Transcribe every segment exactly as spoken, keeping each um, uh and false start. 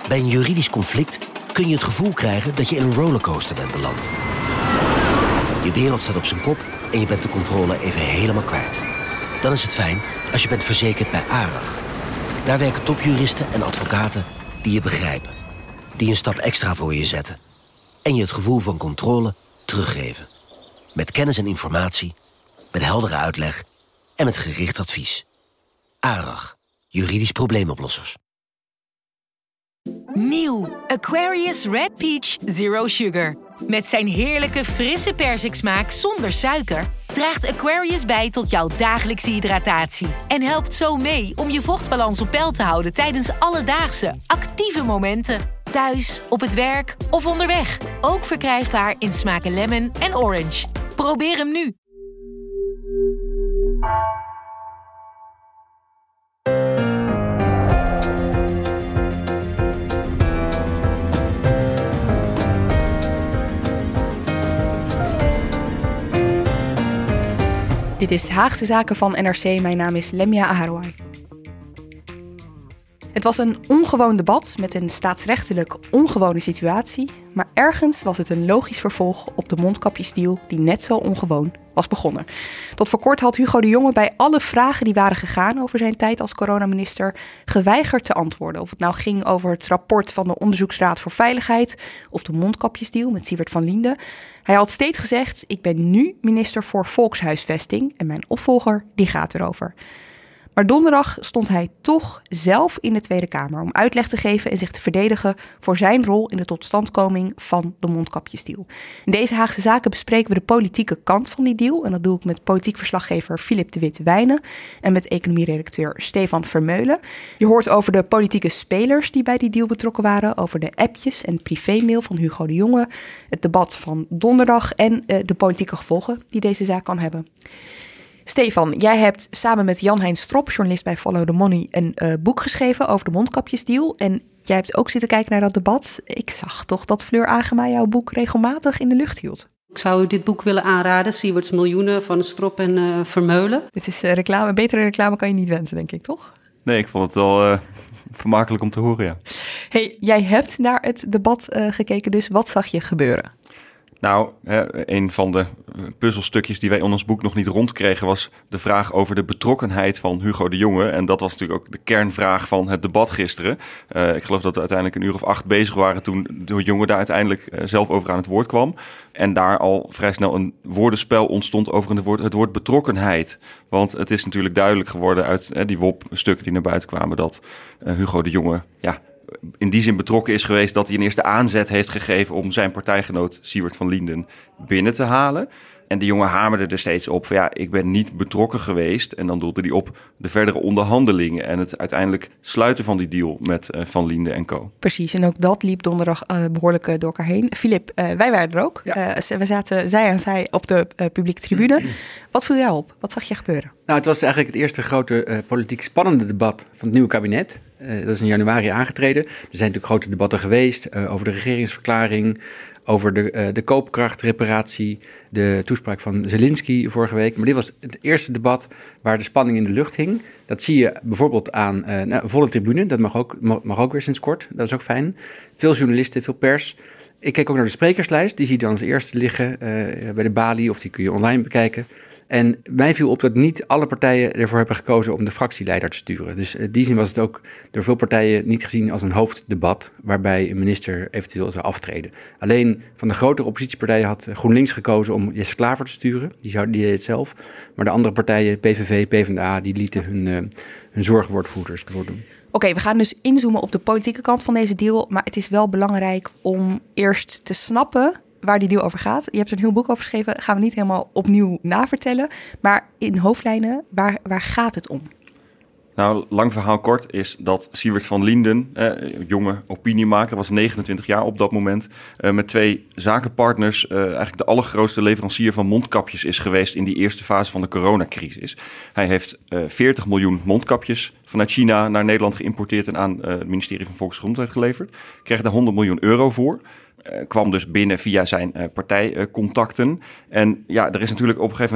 Bij een juridisch conflict kun je het gevoel krijgen dat je in een rollercoaster bent beland. Je wereld staat op zijn kop en je bent de controle even helemaal kwijt. Dan is het fijn als je bent verzekerd bij ARAG. Daar werken topjuristen en advocaten die je begrijpen. Die een stap extra voor je zetten. En je het gevoel van controle teruggeven. Met kennis en informatie, met heldere uitleg en met gericht advies. ARAG, juridisch probleemoplossers. Nieuw Aquarius Red Peach Zero Sugar. Met zijn heerlijke frisse persiksmaak zonder suiker draagt Aquarius bij tot jouw dagelijkse hydratatie. En helpt zo mee om je vochtbalans op peil te houden tijdens alledaagse, actieve momenten. Thuis, op het werk of onderweg. Ook verkrijgbaar in smaken lemon en orange. Probeer hem nu. Dit is Haagse Zaken van N R C. Mijn naam is Lemia Aharouai. Het was een ongewoon debat met een staatsrechtelijk ongewone situatie, maar ergens was het een logisch vervolg op de mondkapjesdeal die net zo ongewoon was begonnen. Tot voor kort had Hugo de Jonge bij alle vragen die waren gegaan over zijn tijd als coronaminister geweigerd te antwoorden. Of het nou ging over het rapport van de Onderzoeksraad voor Veiligheid of de mondkapjesdeal met Siewert van Lienden. Hij had steeds gezegd: ik ben nu minister voor Volkshuisvesting en mijn opvolger die gaat erover. Maar donderdag stond hij toch zelf in de Tweede Kamer om uitleg te geven en zich te verdedigen voor zijn rol in de totstandkoming van de mondkapjesdeal. In deze Haagse Zaken bespreken we de politieke kant van die deal. En dat doe ik met politiek verslaggever Philip de Wit-Wijnen en met economieredacteur Stefan Vermeulen. Je hoort over de politieke spelers die bij die deal betrokken waren, over de appjes en privémail van Hugo de Jonge, het debat van donderdag en uh, de politieke gevolgen die deze zaak kan hebben. Stefan, jij hebt samen met Jan-Hein Strop, journalist bij Follow the Money, een uh, boek geschreven over de mondkapjesdeal. En jij hebt ook zitten kijken naar dat debat. Ik zag toch dat Fleur Agema jouw boek regelmatig in de lucht hield. Ik zou u dit boek willen aanraden, Siewerts Miljoenen van Strop en uh, Vermeulen. Dit is uh, reclame, betere reclame kan je niet wensen, denk ik, toch? Nee, ik vond het wel uh, vermakelijk om te horen, ja. Hey, jij hebt naar het debat uh, gekeken, dus wat zag je gebeuren? Nou, een van de puzzelstukjes die wij in ons boek nog niet rondkregen was de vraag over de betrokkenheid van Hugo de Jonge. En dat was natuurlijk ook de kernvraag van het debat gisteren. Uh, ik geloof dat we uiteindelijk een uur of acht bezig waren toen de Jonge daar uiteindelijk uh, zelf over aan het woord kwam. En daar al vrij snel een woordenspel ontstond over het woord, het woord betrokkenheid. Want het is natuurlijk duidelijk geworden uit uh, die W O P-stukken die naar buiten kwamen dat uh, Hugo de Jonge, ja, in die zin betrokken is geweest dat hij een eerste aanzet heeft gegeven om zijn partijgenoot Siewert van Lienden binnen te halen. En de jongen hamerde er steeds op van ja, ik ben niet betrokken geweest. En dan doelde hij op de verdere onderhandelingen en het uiteindelijk sluiten van die deal met uh, Van Lienden en co. Precies, en ook dat liep donderdag uh, behoorlijk uh, door elkaar heen. Philip, uh, wij waren er ook. Ja. Uh, we zaten zij aan zij op de uh, publieke tribune. Wat viel jou op? Wat zag je gebeuren? Nou, het was eigenlijk het eerste grote uh, politiek spannende debat van het nieuwe kabinet. Uh, dat is in januari aangetreden. Er zijn natuurlijk grote debatten geweest uh, over de regeringsverklaring, over de, uh, de koopkrachtreparatie, de toespraak van Zelensky vorige week. Maar dit was het eerste debat waar de spanning in de lucht hing. Dat zie je bijvoorbeeld aan uh, nou, volle tribune. Dat mag ook, mag, mag ook weer sinds kort. Dat is ook fijn. Veel journalisten, veel pers. Ik keek ook naar de sprekerslijst. Die zie je dan als eerste liggen uh, bij de balie, of die kun je online bekijken. En mij viel op dat niet alle partijen ervoor hebben gekozen om de fractieleider te sturen. Dus in die zin was het ook door veel partijen niet gezien als een hoofddebat waarbij een minister eventueel zou aftreden. Alleen van de grotere oppositiepartijen had GroenLinks gekozen om Jesse Klaver te sturen. Die, zou, die deed het zelf. Maar de andere partijen, P V V, PvdA, die lieten hun, uh, hun zorgwoordvoerders het woord doen. Oké, okay, we gaan dus inzoomen op de politieke kant van deze deal. Maar het is wel belangrijk om eerst te snappen waar die deal over gaat. Je hebt er een heel boek over geschreven. Gaan we niet helemaal opnieuw navertellen. Maar in hoofdlijnen, waar, waar gaat het om? Nou, lang verhaal kort is dat Siewert van Lienden, eh, jonge opiniemaker, was negenentwintig jaar op dat moment, eh, met twee zakenpartners eh, eigenlijk de allergrootste leverancier van mondkapjes is geweest in die eerste fase van de coronacrisis. Hij heeft eh, veertig miljoen mondkapjes vanuit China naar Nederland geïmporteerd en aan eh, het ministerie van Volksgezondheid geleverd. Kreeg daar honderd miljoen euro voor. Uh, kwam dus binnen via zijn uh, partijcontacten. Uh, en ja, er is natuurlijk op een gegeven moment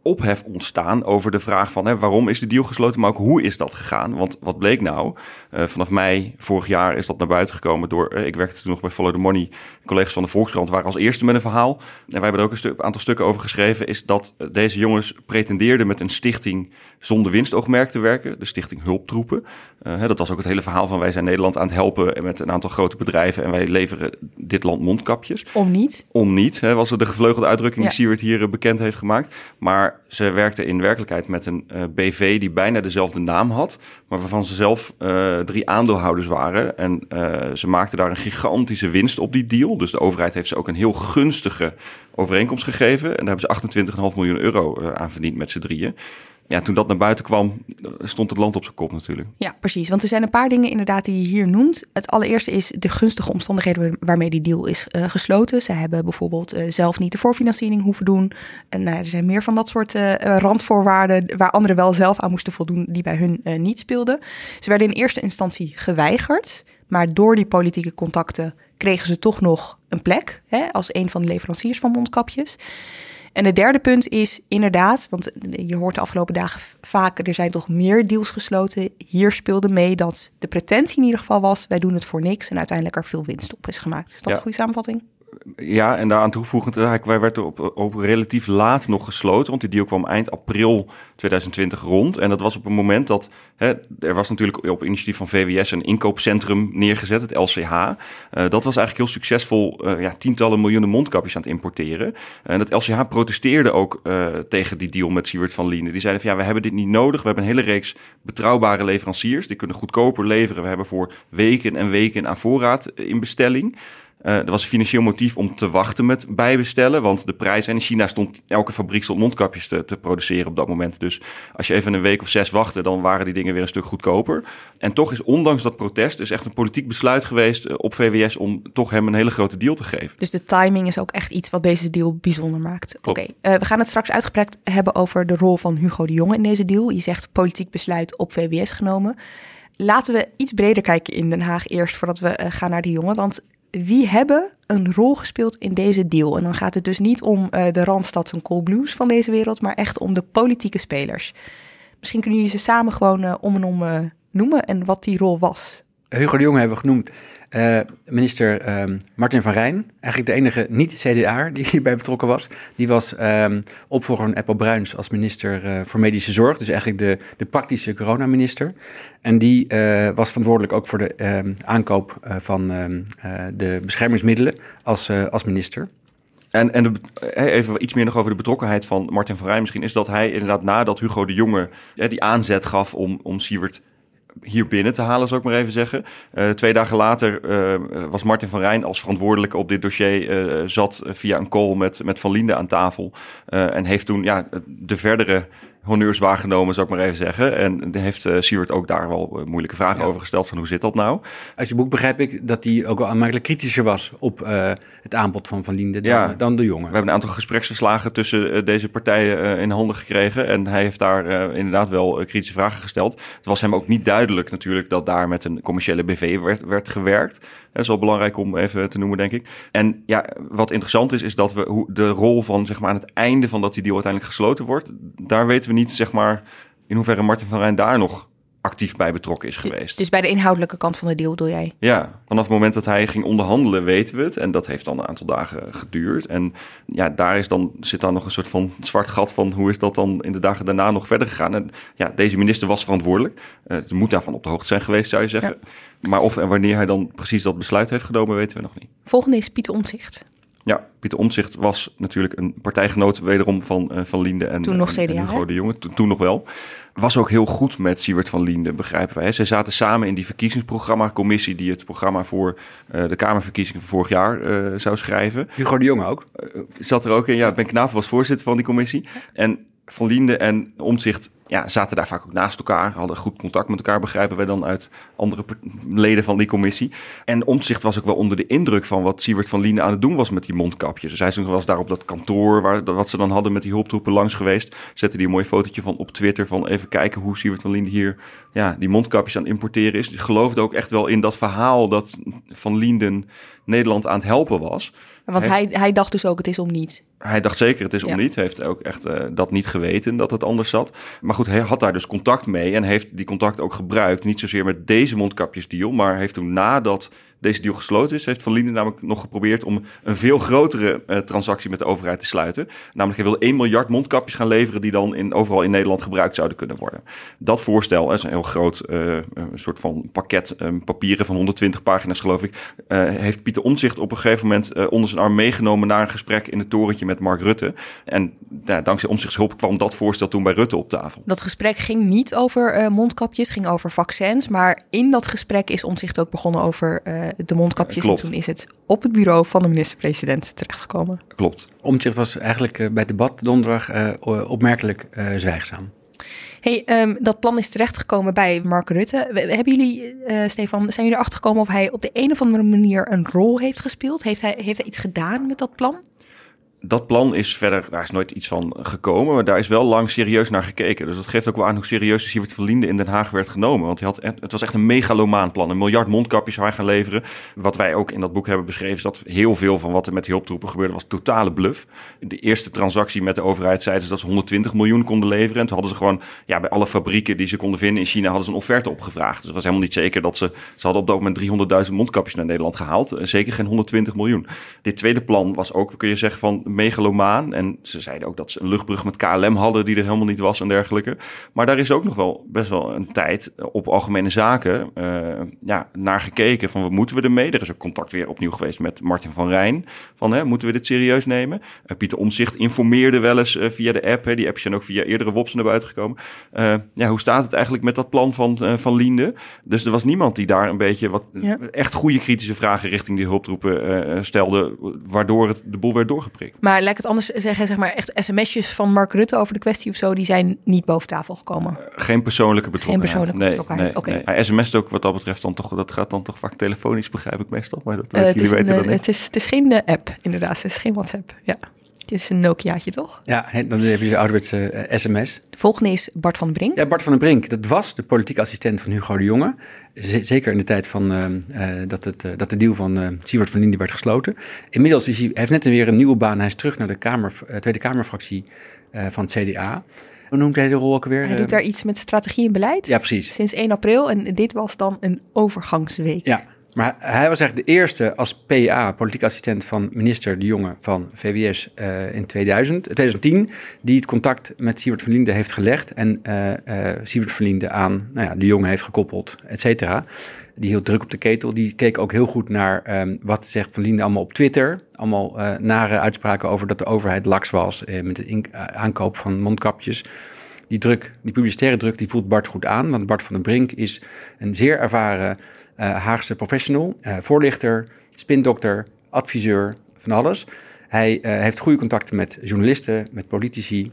ophef ontstaan over de vraag van hè, waarom is de deal gesloten, maar ook hoe is dat gegaan? Want wat bleek nou? Uh, vanaf mei vorig jaar is dat naar buiten gekomen door, uh, ik werkte toen nog bij Follow the Money, collega's van de Volkskrant waren als eerste met een verhaal. En wij hebben er ook een stuk, aantal stukken over geschreven, is dat deze jongens pretendeerden met een stichting zonder winstoogmerk te werken, de stichting Hulptroepen. Uh, hè, dat was ook het hele verhaal van wij zijn Nederland aan het helpen met een aantal grote bedrijven en wij leveren dit land mondkapjes. Om niet. Om niet, hè, was er de gevleugelde uitdrukking ja. die Siewert hier uh, bekend heeft gemaakt. Maar ze werkte in werkelijkheid met een uh, B V die bijna dezelfde naam had, maar waarvan ze zelf uh, drie aandeelhouders waren. En uh, ze maakten daar een gigantische winst op die deal. Dus de overheid heeft ze ook een heel gunstige overeenkomst gegeven. En daar hebben ze achtentwintig komma vijf miljoen euro uh, aan verdiend met z'n drieën. Ja, toen dat naar buiten kwam, stond het land op zijn kop natuurlijk. Ja, precies. Want er zijn een paar dingen inderdaad die je hier noemt. Het allereerste is de gunstige omstandigheden waarmee die deal is uh, gesloten. Ze hebben bijvoorbeeld uh, zelf niet de voorfinanciering hoeven doen. En nou, er zijn meer van dat soort uh, randvoorwaarden waar anderen wel zelf aan moesten voldoen die bij hun uh, niet speelden. Ze werden in eerste instantie geweigerd. Maar door die politieke contacten kregen ze toch nog een plek, hè, als een van de leveranciers van mondkapjes. En het derde punt is inderdaad, want je hoort de afgelopen dagen vaker, er zijn toch meer deals gesloten. Hier speelde mee dat de pretentie in ieder geval was, wij doen het voor niks en uiteindelijk er veel winst op is gemaakt. Is dat ja. een goede samenvatting? Ja, en daaraan toevoegend, wij werden op, op relatief laat nog gesloten, want die deal kwam eind april twintig twintig rond. En dat was op een moment dat, hè, er was natuurlijk op initiatief van V W S een inkoopcentrum neergezet, het L C H. Uh, dat was eigenlijk heel succesvol, uh, ja, tientallen miljoenen mondkapjes aan het importeren. En dat L C H protesteerde ook uh, tegen die deal met Siewert van Liende. Die zeiden van ja, we hebben dit niet nodig. We hebben een hele reeks betrouwbare leveranciers, die kunnen goedkoper leveren. We hebben voor weken en weken aan voorraad in bestelling. Uh, er was een financieel motief om te wachten met bijbestellen, want de prijs en in China stond elke fabriek stond mondkapjes te, te produceren op dat moment. Dus als je even een week of zes wachtte, dan waren die dingen weer een stuk goedkoper. En toch is ondanks dat protest is echt een politiek besluit geweest uh, op V W S om toch hem een hele grote deal te geven. Dus de timing is ook echt iets wat deze deal bijzonder maakt. Oké, okay. uh, we gaan het straks uitgebreid hebben over de rol van Hugo de Jonge in deze deal. Je zegt politiek besluit op V W S genomen. Laten we iets breder kijken in Den Haag eerst voordat we uh, gaan naar de Jonge, want wie hebben een rol gespeeld in deze deal? En dan gaat het dus niet om uh, de Randstads en Coolblues van deze wereld, maar echt om de politieke spelers. Misschien kunnen jullie ze samen gewoon uh, om en om uh, noemen en wat die rol was. Hugo de Jonge hebben we genoemd. Uh, minister um, Martin van Rijn, eigenlijk de enige niet-C D A'er die hierbij betrokken was. Die was um, opvolger van Eppo Bruins als minister uh, voor medische zorg. Dus eigenlijk de, de praktische coronaminister. En die uh, was verantwoordelijk ook voor de um, aankoop uh, van um, uh, de beschermingsmiddelen als, uh, als minister. En, en de, even iets meer nog over de betrokkenheid van Martin van Rijn. Misschien is dat hij inderdaad nadat Hugo de Jonge eh, die aanzet gaf om, om Siewert hier binnen te halen, zou ik maar even zeggen. Uh, twee dagen later uh, was Martin van Rijn als verantwoordelijke op dit dossier uh, zat via een call met, met Van Liende aan tafel. Uh, en heeft toen ja, de verdere honneurs waargenomen, zou ik maar even zeggen. En heeft uh, Siewert ook daar wel uh, moeilijke vragen ja. over gesteld van hoe zit dat nou? Uit je boek begrijp ik dat hij ook wel aanmerkelijk kritischer was op uh, het aanbad van Van Liende dan, ja. dan de Jonge. We hebben een aantal gespreksverslagen tussen uh, deze partijen uh, in handen gekregen en hij heeft daar uh, inderdaad wel uh, kritische vragen gesteld. Het was hem ook niet duidelijk natuurlijk dat daar met een commerciële B V werd, werd gewerkt. Dat is wel belangrijk om even te noemen, denk ik. En ja, wat interessant is, is dat we hoe de rol van zeg maar aan het einde van dat die deal uiteindelijk gesloten wordt, daar weten we niet zeg maar in hoeverre Martin van Rijn daar nog actief bij betrokken is geweest. Dus bij de inhoudelijke kant van de deal bedoel jij? Ja, vanaf het moment dat hij ging onderhandelen weten we het. En dat heeft dan een aantal dagen geduurd. En ja, daar is dan, zit dan nog een soort van zwart gat van hoe is dat dan in de dagen daarna nog verder gegaan. En ja, deze minister was verantwoordelijk. Uh, ze moet daarvan op de hoogte zijn geweest, zou je zeggen. Ja. Maar of en wanneer hij dan precies dat besluit heeft genomen, weten we nog niet. Volgende is Pieter Omtzigt. Ja, Pieter Omtzigt was natuurlijk een partijgenoot wederom van, uh, van Liende en, toen nog en, C D A, en Hugo de Jonge. To, toen nog wel. Was ook heel goed met Siewert van Liende, begrijpen wij. Ze zaten samen in die verkiezingsprogramma-commissie die het programma voor uh, de Kamerverkiezingen van vorig jaar uh, zou schrijven. Hugo de Jonge ook? Uh, zat er ook in, ja. Ben Knapen was voorzitter van die commissie. En Van Liende en Omtzigt ja, zaten daar vaak ook naast elkaar, hadden goed contact met elkaar, begrijpen wij dan uit andere leden van die commissie. En Omtzigt was ook wel onder de indruk van wat Siewert van Liende aan het doen was met die mondkapjes. Dus hij is nog wel eens daar op dat kantoor, waar, wat ze dan hadden met die hulptroepen langs geweest, zette die een mooi fotootje van op Twitter van even kijken hoe Siewert van Liende hier ja, die mondkapjes aan het importeren is. Die geloofde ook echt wel in dat verhaal dat Van Lienden Nederland aan het helpen was. Want hij, hij dacht dus ook, het is om niets. Hij dacht zeker, het is om ja. niet. Hij heeft ook echt uh, dat niet geweten, dat het anders zat. Maar goed, hij had daar dus contact mee en heeft die contact ook gebruikt. Niet zozeer met deze mondkapjesdeal, maar heeft toen nadat deze deal gesloten is, heeft Van Liende namelijk nog geprobeerd om een veel grotere uh, transactie met de overheid te sluiten. Namelijk, hij wilde één miljard mondkapjes gaan leveren die dan in, overal in Nederland gebruikt zouden kunnen worden. Dat voorstel is een heel groot uh, een soort van pakket um, papieren van honderdtwintig pagina's, geloof ik. Uh, heeft Pieter Omtzigt op een gegeven moment uh, onder zijn arm meegenomen naar een gesprek in het torentje met Mark Rutte. En ja, dankzij Omtzigts hulp kwam dat voorstel toen bij Rutte op tafel. Dat gesprek ging niet over uh, mondkapjes, ging over vaccins. Maar in dat gesprek is Omtzigt ook begonnen over uh, de mondkapjes. Klopt. En toen is het op het bureau van de minister-president terechtgekomen. Klopt. Omtzigt was eigenlijk uh, bij het debat donderdag uh, opmerkelijk uh, zwijgzaam. Hey, um, dat plan is terechtgekomen bij Mark Rutte. Hebben jullie, uh, Stefan, zijn jullie erachter gekomen of hij op de een of andere manier een rol heeft gespeeld? Heeft hij, heeft hij iets gedaan met dat plan? Dat plan is verder, daar is nooit iets van gekomen, maar daar is wel lang serieus naar gekeken. Dus dat geeft ook wel aan hoe serieus Siewert van Liende in Den Haag werd genomen. Want hij had, het was echt een megalomaan plan. Een miljard mondkapjes zou hij gaan leveren. Wat wij ook in dat boek hebben beschreven, is dat heel veel van wat er met die hulptroepen gebeurde was totale bluff. De eerste transactie met de overheid zeiden ze dat ze honderdtwintig miljoen konden leveren. En toen hadden ze gewoon ja, bij alle fabrieken die ze konden vinden in China hadden ze een offerte opgevraagd. Dus het was helemaal niet zeker dat ze, ze hadden op dat moment driehonderdduizend mondkapjes naar Nederland gehaald. Zeker geen honderdtwintig miljoen. Dit tweede plan was ook, kun je zeggen, van megalomaan. En ze zeiden ook dat ze een luchtbrug met K L M hadden die er helemaal niet was en dergelijke. Maar daar is ook nog wel best wel een tijd op algemene zaken uh, ja, naar gekeken van wat moeten we ermee? Er is ook contact weer opnieuw geweest met Martin van Rijn. Van hè, moeten we dit serieus nemen? Uh, Pieter Omtzigt informeerde wel eens uh, via de app. Hè, die apps zijn ook via eerdere W O P's naar buiten gekomen. Uh, ja, hoe staat het eigenlijk met dat plan van, uh, van Liende? Dus er was niemand die daar een beetje wat ja. echt goede kritische vragen richting die hulptroepen uh, stelde, waardoor het de boel werd doorgeprikt. Maar lijkt het anders zeggen, zeg maar echt sms'jes van Mark Rutte over de kwestie of zo, die zijn niet boven tafel gekomen? Uh, geen persoonlijke betrokkenheid. Geen persoonlijke nee, betrokkenheid, nee, oké. Nee. Hij sms't ook wat dat betreft dan toch, dat gaat dan toch vaak telefonisch, begrijp ik meestal. Maar dat uh, jullie is weten een, dat niet. Het is, het is geen uh, app, inderdaad. Het is geen WhatsApp, ja. Het is een Nokiaatje, toch? Ja, dan heb je de ouderwetse uh, sms. De volgende is Bart van den Brink. Ja, Bart van den Brink, dat was de politieke assistent van Hugo de Jonge. Z- zeker in de tijd van, uh, uh, dat, het, uh, dat de deal van uh, Siewert van Liende werd gesloten. Inmiddels is hij, hij heeft net weer een nieuwe baan. Hij is terug naar de Kamer, uh, Tweede Kamerfractie uh, van het C D A. Hoe noemt hij de rol ook weer? Hij doet daar iets met strategie en beleid. Ja, precies. Sinds één april en dit was dan een overgangsweek. Ja. Maar hij was eigenlijk de eerste als P A, politiek assistent van minister De Jonge van V W S uh, in tweeduizend, twintig tien, die het contact met Siewert van Liende heeft gelegd en uh, uh, Siewert van Liende aan nou ja, De Jonge heeft gekoppeld, et cetera. Die hield druk op de ketel. Die keek ook heel goed naar um, wat zegt Van Liende allemaal op Twitter. Allemaal uh, nare uitspraken over dat de overheid laks was uh, met de in- uh, aankoop van mondkapjes. Die druk, die publicitaire druk, die voelt Bart goed aan, want Bart van den Brink is een zeer ervaren Uh, Haagse professional, uh, voorlichter, spindokter, adviseur, van alles. Hij uh, heeft goede contacten met journalisten, met politici.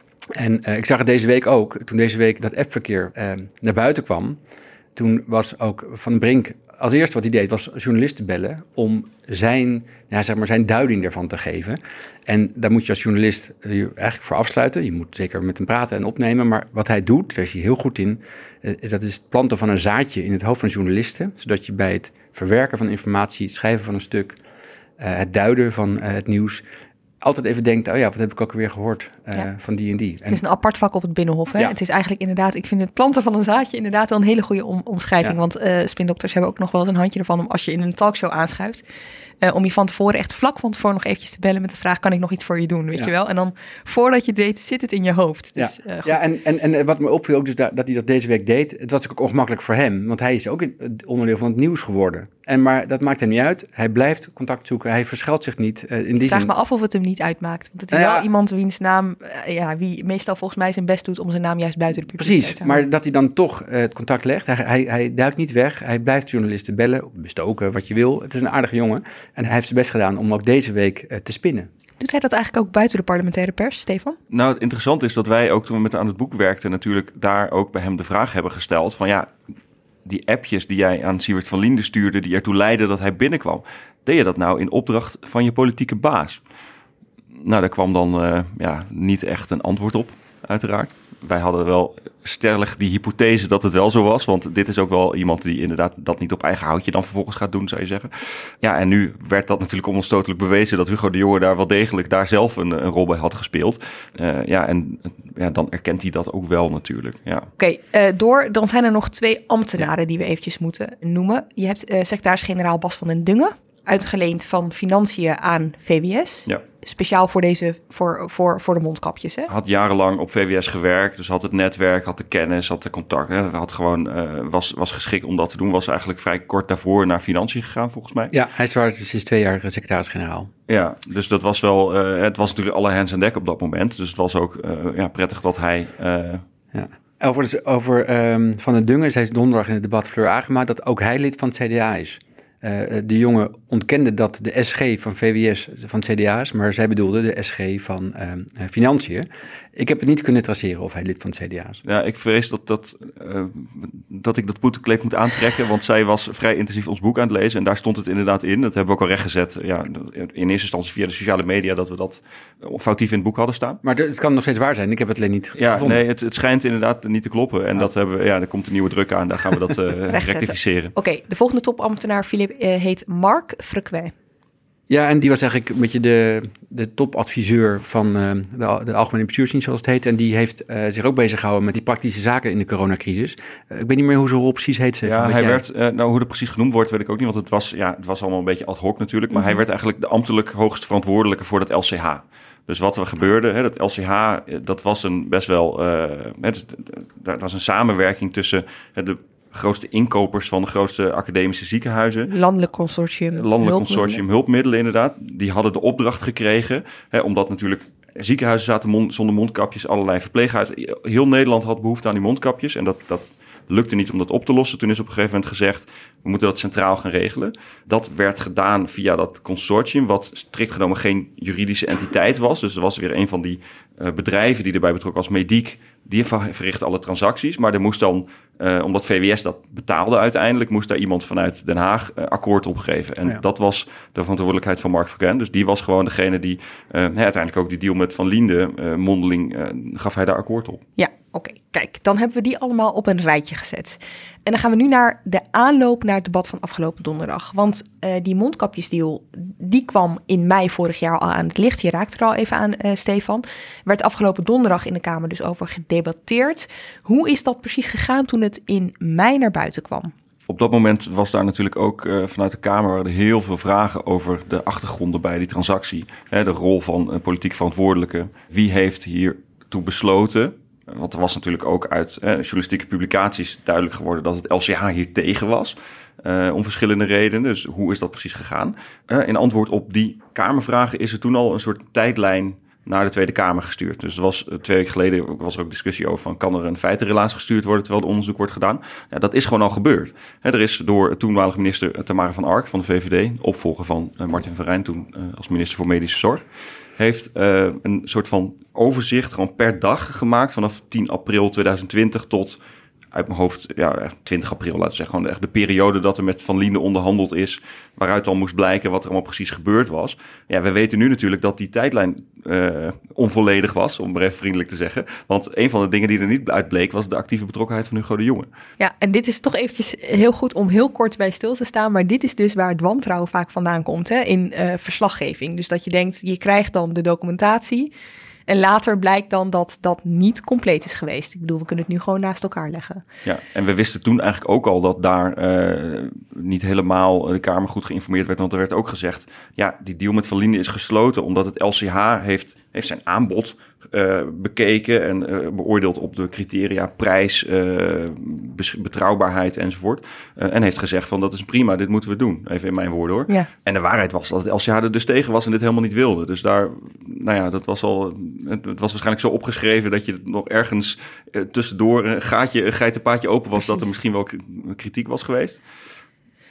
En uh, ik zag het deze week ook, toen deze week dat appverkeer uh, naar buiten kwam. Toen was ook Van den Brink, als eerste wat hij deed, was journalisten bellen om zijn, ja, zeg maar zijn duiding ervan te geven. En daar moet je als journalist uh, eigenlijk voor afsluiten. Je moet zeker met hem praten en opnemen. Maar wat hij doet, daar is hij heel goed in, uh, dat is het planten van een zaadje in het hoofd van journalisten. Zodat je bij het verwerken van informatie, het schrijven van een stuk, uh, het duiden van uh, het nieuws, altijd even denkt, oh ja, wat heb ik ook weer gehoord uh, ja. van die en die. Het is een apart vak op het Binnenhof. Hè? Ja. Het is eigenlijk inderdaad, ik vind het planten van een zaadje inderdaad wel een hele goede om, omschrijving. Ja. Want uh, spindokters hebben ook nog wel eens een handje ervan om als je in een talkshow aanschuift, uh, om je van tevoren, echt vlak van tevoren nog eventjes te bellen met de vraag, kan ik nog iets voor je doen, weet ja. je wel? En dan, voordat je het weet, zit het in je hoofd. Dus, ja, uh, ja en, en, en wat me opviel ook, dus dat, dat hij dat deze week deed, het was ook ongemakkelijk voor hem, want hij is ook het onderdeel van het nieuws geworden. En maar dat maakt hem niet uit. Hij blijft contact zoeken. Hij verschuilt zich niet. Uh, in die ik vraag zin... me af of het hem niet uitmaakt. Want het is ja, wel iemand wiens naam, uh, ja, wie meestal volgens mij zijn best doet om zijn naam juist buiten de publiciteit Precies, maar dat hij dan toch uh, het contact legt. Hij, hij, hij duikt niet weg. Hij blijft journalisten bellen, bestoken, wat je wil. Het is een aardige jongen. En hij heeft zijn best gedaan om ook deze week uh, te spinnen. Doet hij dat eigenlijk ook buiten de parlementaire pers, Stefan? Nou, het interessante is dat wij ook toen we met aan het boek werkten natuurlijk daar ook bij hem de vraag hebben gesteld van ja, die appjes die jij aan Siewert van Liende stuurde die ertoe leidden dat hij binnenkwam. Deed je dat nou in opdracht van je politieke baas? Nou, daar kwam dan uh, ja, niet echt een antwoord op, uiteraard. Wij hadden wel stellig die hypothese dat het wel zo was. Want dit is ook wel iemand die inderdaad dat niet op eigen houtje dan vervolgens gaat doen, zou je zeggen. Ja, en nu werd dat natuurlijk onomstotelijk bewezen dat Hugo de Jonge daar wel degelijk daar zelf een, een rol bij had gespeeld. Uh, ja, en ja, dan erkent hij dat ook wel natuurlijk. Ja. Oké, okay, uh, door. Dan zijn er nog twee ambtenaren die we eventjes moeten noemen. Je hebt uh, secretaris-generaal Bas van den Dungen, uitgeleend van Financiën aan V W S. Ja. Speciaal voor, deze, voor, voor, voor de mondkapjes, hè? Had jarenlang op V W S gewerkt, dus had het netwerk, had de kennis, had de contacten. Had gewoon, uh, was, was geschikt om dat te doen. Was eigenlijk vrij kort daarvoor naar Financiën gegaan, volgens mij. Ja, hij is waar, dus is twee jaar secretaris-generaal. Ja, dus dat was wel, uh, het was natuurlijk alle hands aan dek op dat moment. Dus het was ook uh, ja, prettig dat hij... Uh, ja. Over, over um, Van den Dungen zei donderdag in het debat Fleur Agema dat ook hij lid van het C D A is. Uh, de jongen ontkende dat de S G van V W S van het C D A is, maar zij bedoelde de S G van uh, Financiën. Ik heb het niet kunnen traceren of hij lid van het C D A is. Ja, ik vrees dat, dat, uh, dat ik dat boetekleed moet aantrekken, want zij was vrij intensief ons boek aan het lezen en daar stond het inderdaad in. Dat hebben we ook al rechtgezet, ja, in eerste instantie via de sociale media, dat we dat foutief in het boek hadden staan. Maar het kan nog steeds waar zijn, ik heb het alleen niet ja, gevonden. Nee, het, het schijnt inderdaad niet te kloppen en oh. dat hebben we, ja, er komt een nieuwe druk aan, daar gaan we dat uh, rectificeren. Oké, okay, de volgende topambtenaar, Philip, uh, heet Mark Frequet. Ja, en die was eigenlijk een beetje de, de topadviseur van uh, de, de Algemene Bestuursdienst, zoals het heet. En die heeft uh, zich ook bezig gehouden met die praktische zaken in de coronacrisis. Uh, ik weet niet meer hoe zijn rol precies heet. Ja, hij jij... werd, uh, nou hoe dat precies genoemd wordt, weet ik ook niet. Want het was, ja, het was allemaal een beetje ad hoc natuurlijk. Maar mm-hmm. hij werd eigenlijk de ambtelijk hoogst verantwoordelijke voor dat L C H. Dus wat er gebeurde, hè, dat L C H, dat was een best wel... Uh, het, dat was een samenwerking tussen uh, de... grootste inkopers van de grootste academische ziekenhuizen. Landelijk consortium. Landelijk hulpmiddelen. consortium hulpmiddelen, inderdaad. Die hadden de opdracht gekregen, hè, omdat natuurlijk ziekenhuizen zaten mond, zonder mondkapjes, allerlei verpleeghuizen. Heel Nederland had behoefte aan die mondkapjes en dat, dat lukte niet om dat op te lossen. Toen is op een gegeven moment gezegd, we moeten dat centraal gaan regelen. Dat werd gedaan via dat consortium, wat strikt genomen geen juridische entiteit was. Dus er was weer een van die uh, bedrijven die erbij betrokken als Mediek, die verricht alle transacties, maar er moest dan, uh, omdat V W S dat betaalde uiteindelijk, moest daar iemand vanuit Den Haag uh, akkoord op geven. En ja. dat was de verantwoordelijkheid van Mark Verken. Dus die was gewoon degene die uh, uiteindelijk ook die deal met Van Liende, uh, mondeling, uh, gaf hij daar akkoord op. Ja, oké. Okay. Kijk, dan hebben we die allemaal op een rijtje gezet. En dan gaan we nu naar de aanloop naar het debat van afgelopen donderdag. Want uh, die mondkapjesdeal, die kwam in mei vorig jaar al aan het licht. Je raakte er al even aan, uh, Stefan. Werd afgelopen donderdag in de Kamer dus over gedebatteerd. Hoe is dat precies gegaan toen het in mei naar buiten kwam? Op dat moment was daar natuurlijk ook uh, vanuit de Kamer er heel veel vragen over de achtergronden bij die transactie. Hè, de rol van een politiek verantwoordelijke. Wie heeft hiertoe besloten? Want er was natuurlijk ook uit eh, journalistieke publicaties duidelijk geworden dat het L C H hier tegen was. Uh, om verschillende redenen. Dus hoe is dat precies gegaan? Uh, in antwoord op die Kamervragen is er toen al een soort tijdlijn naar de Tweede Kamer gestuurd. Dus er was uh, twee weken geleden was er ook discussie over van kan er een feitenrelaas gestuurd worden terwijl het onderzoek wordt gedaan. Ja, dat is gewoon al gebeurd. Hè, er is door toenmalige minister Tamara van Ark van de V V D, opvolger van uh, Martin van Rijn toen uh, als minister voor Medische Zorg, heeft uh, een soort van overzicht gewoon per dag gemaakt vanaf tien april tweeduizend twintig tot uit mijn hoofd, ja, twintig april, laten we zeggen, gewoon echt de periode dat er met Van Liende onderhandeld is, waaruit dan moest blijken wat er allemaal precies gebeurd was. Ja, we weten nu natuurlijk dat die tijdlijn uh, onvolledig was, om maar even vriendelijk te zeggen. Want een van de dingen die er niet uit bleek, was de actieve betrokkenheid van Hugo de Jonge. Ja, en dit is toch eventjes heel goed om heel kort bij stil te staan, maar dit is dus waar het wantrouwen vaak vandaan komt, hè, in uh, verslaggeving. Dus dat je denkt, je krijgt dan de documentatie, en later blijkt dan dat dat niet compleet is geweest. Ik bedoel, we kunnen het nu gewoon naast elkaar leggen. Ja, en we wisten toen eigenlijk ook al dat daar uh, niet helemaal de Kamer goed geïnformeerd werd. Want er werd ook gezegd, ja, die deal met Van Liende is gesloten omdat het L C H heeft, heeft zijn aanbod uh, bekeken en uh, beoordeeld op de criteria prijs, uh, betrouwbaarheid enzovoort. Uh, en heeft gezegd van dat is prima, dit moeten we doen. Even in mijn woorden hoor. Ja. En de waarheid was dat het L C H er dus tegen was en dit helemaal niet wilde. Dus daar, nou ja, dat was al, het was waarschijnlijk zo opgeschreven dat je het nog ergens uh, tussendoor een gaatje, een geitenpaadje open was. Precies. Dat er misschien wel kritiek was geweest.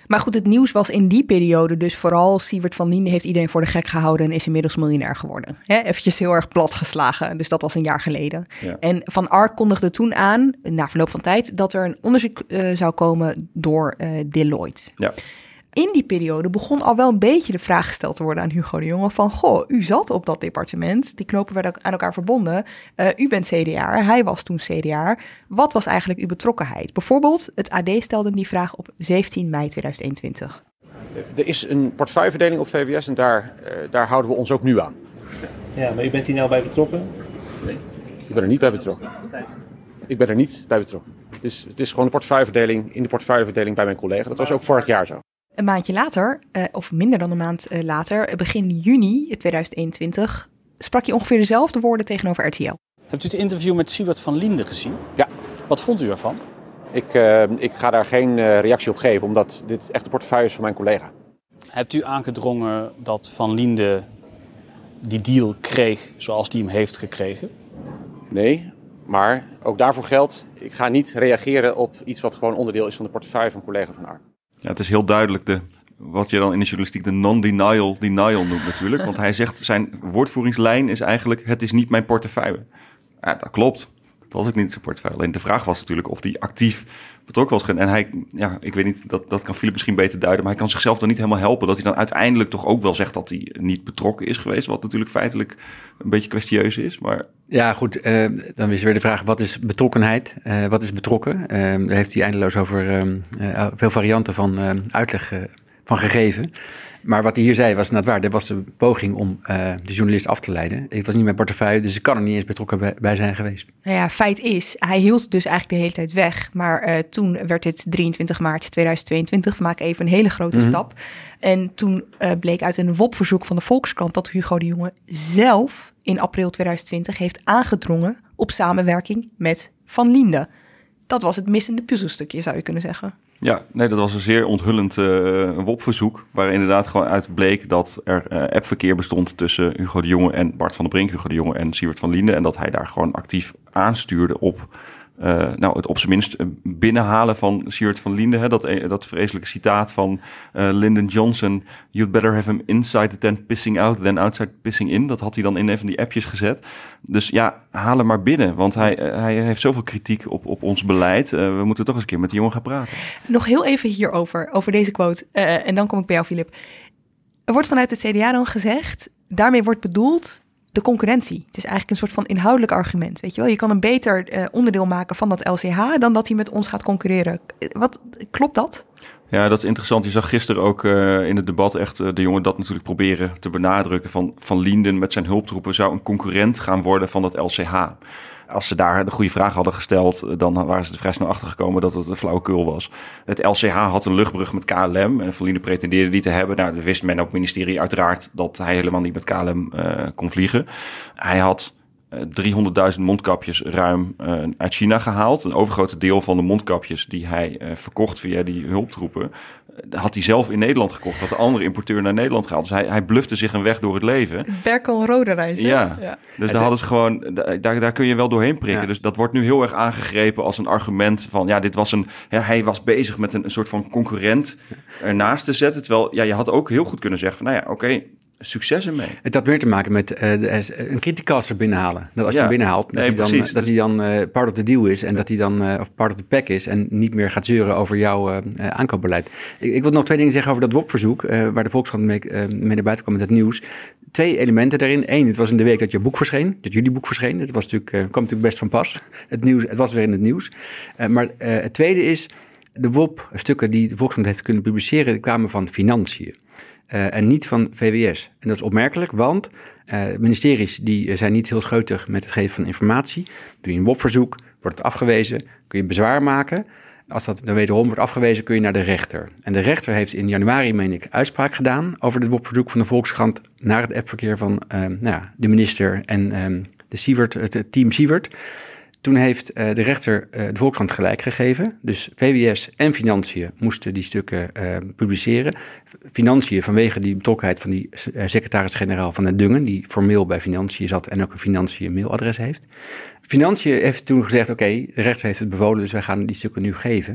Maar goed, het nieuws was in die periode dus vooral Siewert van Liende heeft iedereen voor de gek gehouden en is inmiddels miljonair geworden. He, eventjes heel erg platgeslagen, dus dat was een jaar geleden. Ja. En Van Ark kondigde toen aan, na verloop van tijd, dat er een onderzoek uh, zou komen door uh, Deloitte. Ja. In die periode begon al wel een beetje de vraag gesteld te worden aan Hugo de Jonge van, goh, u zat op dat departement, die knopen werden aan elkaar verbonden. Uh, u bent C D A'er, hij was toen C D A'er. Wat was eigenlijk uw betrokkenheid? Bijvoorbeeld, het A D stelde hem die vraag op zeventien mei tweeduizend eenentwintig. Er is een portefeuilleverdeling op V W S en daar, uh, daar houden we ons ook nu aan. Ja, maar u bent hier nou bij betrokken? Nee, ik ben er niet bij betrokken. Ik ben er niet bij betrokken. Het is, het is gewoon de portefeuilleverdeling in de portefeuilleverdeling bij mijn collega. Dat was ook vorig jaar zo. Een maandje later, uh, of minder dan een maand uh, later, begin juni tweeduizend eenentwintig, sprak je ongeveer dezelfde woorden tegenover R T L. Hebt u het interview met Siewert van Liende gezien? Ja. Wat vond u ervan? Ik, uh, ik ga daar geen uh, reactie op geven, omdat dit echt de portefeuille is van mijn collega. Hebt u aangedrongen dat Van Liende die deal kreeg zoals die hem heeft gekregen? Nee, maar ook daarvoor geldt, ik ga niet reageren op iets wat gewoon onderdeel is van de portefeuille van collega Van Ark. Ja, het is heel duidelijk de, wat je dan in de journalistiek de non-denial denial noemt natuurlijk. Want hij zegt, zijn woordvoeringslijn is eigenlijk, het is niet mijn portefeuille. Ja, dat klopt. Het was ook niet zijn portefeuille. Alleen de vraag was natuurlijk of hij actief betrokken was. En hij, ja, ik weet niet, dat, dat kan Philip misschien beter duiden. Maar hij kan zichzelf dan niet helemaal helpen. Dat hij dan uiteindelijk toch ook wel zegt dat hij niet betrokken is geweest. Wat natuurlijk feitelijk een beetje kwestieus is. Maar... Ja, goed. Uh, dan is weer de vraag, wat is betrokkenheid? Uh, wat is betrokken? Uh, daar heeft hij eindeloos over uh, uh, veel varianten van uh, uitleg uh, van gegeven. Maar wat hij hier zei was inderdaad waar. Dat was de poging om uh, de journalist af te leiden. Het was niet mijn portefeuille, dus ik kan er niet eens betrokken bij, bij zijn geweest. Nou ja, feit is, hij hield dus eigenlijk de hele tijd weg. Maar uh, toen werd dit drieëntwintig maart tweeduizend tweeëntwintig. We maken even een hele grote mm-hmm. stap. En toen uh, bleek uit een W O P-verzoek van de Volkskrant dat Hugo de Jonge zelf in april tweeduizend twintig heeft aangedrongen op samenwerking met Van Liende. Dat was het missende puzzelstukje, zou je kunnen zeggen. Ja, nee, dat was een zeer onthullend uh, W O P-verzoek, waar inderdaad gewoon uit bleek dat er uh, appverkeer bestond tussen Hugo de Jonge en Bart van der Brink, Hugo de Jonge en Siewert van Liende, en dat hij daar gewoon actief aanstuurde op, uh, nou, het op zijn minst binnenhalen van Siewert van Liende, hè, dat, dat vreselijke citaat van uh, Lyndon Johnson, you'd better have him inside the tent pissing out than outside pissing in. Dat had hij dan in een van die appjes gezet. Dus ja, haal hem maar binnen, want hij, hij heeft zoveel kritiek op, op ons beleid. Uh, we moeten toch eens een keer met die jongen gaan praten. Nog heel even hierover, over deze quote. Uh, en dan kom ik bij jou, Philip. Er wordt vanuit het C D A dan gezegd, daarmee wordt bedoeld de concurrentie. Het is eigenlijk een soort van inhoudelijk argument. Weet je wel, je kan een beter uh, onderdeel maken van dat L C H dan dat hij met ons gaat concurreren. Wat, klopt dat? Ja, dat is interessant. Je zag gisteren ook uh, in het debat echt uh, de jongen dat natuurlijk proberen te benadrukken. Van, van Lienden met zijn hulptroepen zou een concurrent gaan worden van dat L C H. Als ze daar de goede vraag hadden gesteld, dan waren ze er vrij snel achter gekomen dat het een flauwekul was. Het L C H had een luchtbrug met K L M en Van Liende pretendeerde die te hebben. Nou, dat wist men op het ministerie uiteraard dat hij helemaal niet met K L M uh, kon vliegen. Hij had uh, driehonderdduizend mondkapjes ruim uh, uit China gehaald. Een overgrote deel van de mondkapjes die hij uh, verkocht via die hulptroepen, had hij zelf in Nederland gekocht. Had de andere importeur naar Nederland gehaald. Dus hij, hij blufte zich een weg door het leven. Berkel Roderijs. Ja, ja. Dus daar hadden ze gewoon, daar, daar kun je wel doorheen prikken. Ja. Dus dat wordt nu heel erg aangegrepen als een argument van, ja, dit was een, ja, hij was bezig met een, een soort van concurrent ernaast te zetten. Terwijl, ja, je had ook heel goed kunnen zeggen van, nou ja, oké, okay, succes ermee. Het had weer te maken met uh, de, een criticaster binnenhalen. Dat als ja. je hem binnenhaalt, dat, nee, hij dan, dat hij dan uh, part of the deal is en ja. dat hij dan uh, of part of the pack is en niet meer gaat zeuren over jouw uh, aankoopbeleid. Ik, ik wil nog twee dingen zeggen over dat W O P-verzoek, uh, waar de Volkskrant mee, uh, mee naar buiten kwam met het nieuws. Twee elementen daarin. Eén, het was in de week dat je boek verscheen, dat jullie boek verscheen. Het was natuurlijk, uh, kwam natuurlijk best van pas. Het, nieuws, het was weer in het nieuws. Uh, maar uh, het tweede is, de W O P-stukken die de Volkskrant heeft kunnen publiceren, die kwamen van financiën. Uh, en niet van V W S. En dat is opmerkelijk, want uh, ministeries die zijn niet heel scheutig met het geven van informatie. Doe je een W O P-verzoek, wordt het afgewezen, kun je bezwaar maken. Als dat dan wederom wordt afgewezen, kun je naar de rechter. En de rechter heeft in januari, meen ik, uitspraak gedaan over het W O P-verzoek van de Volkskrant naar het appverkeer van uh, nou ja, de minister en um, de Siewert, het team Siewert. Toen heeft uh, de rechter uh, de Volkskrant gelijk gegeven. Dus V W S en Financiën moesten die stukken uh, publiceren. Financiën vanwege die betrokkenheid van die uh, secretaris-generaal van den Dungen, die formeel bij Financiën zat en ook een Financiën mailadres heeft. Financiën heeft toen gezegd, oké, okay, de rechter heeft het bevolen, dus wij gaan die stukken nu geven.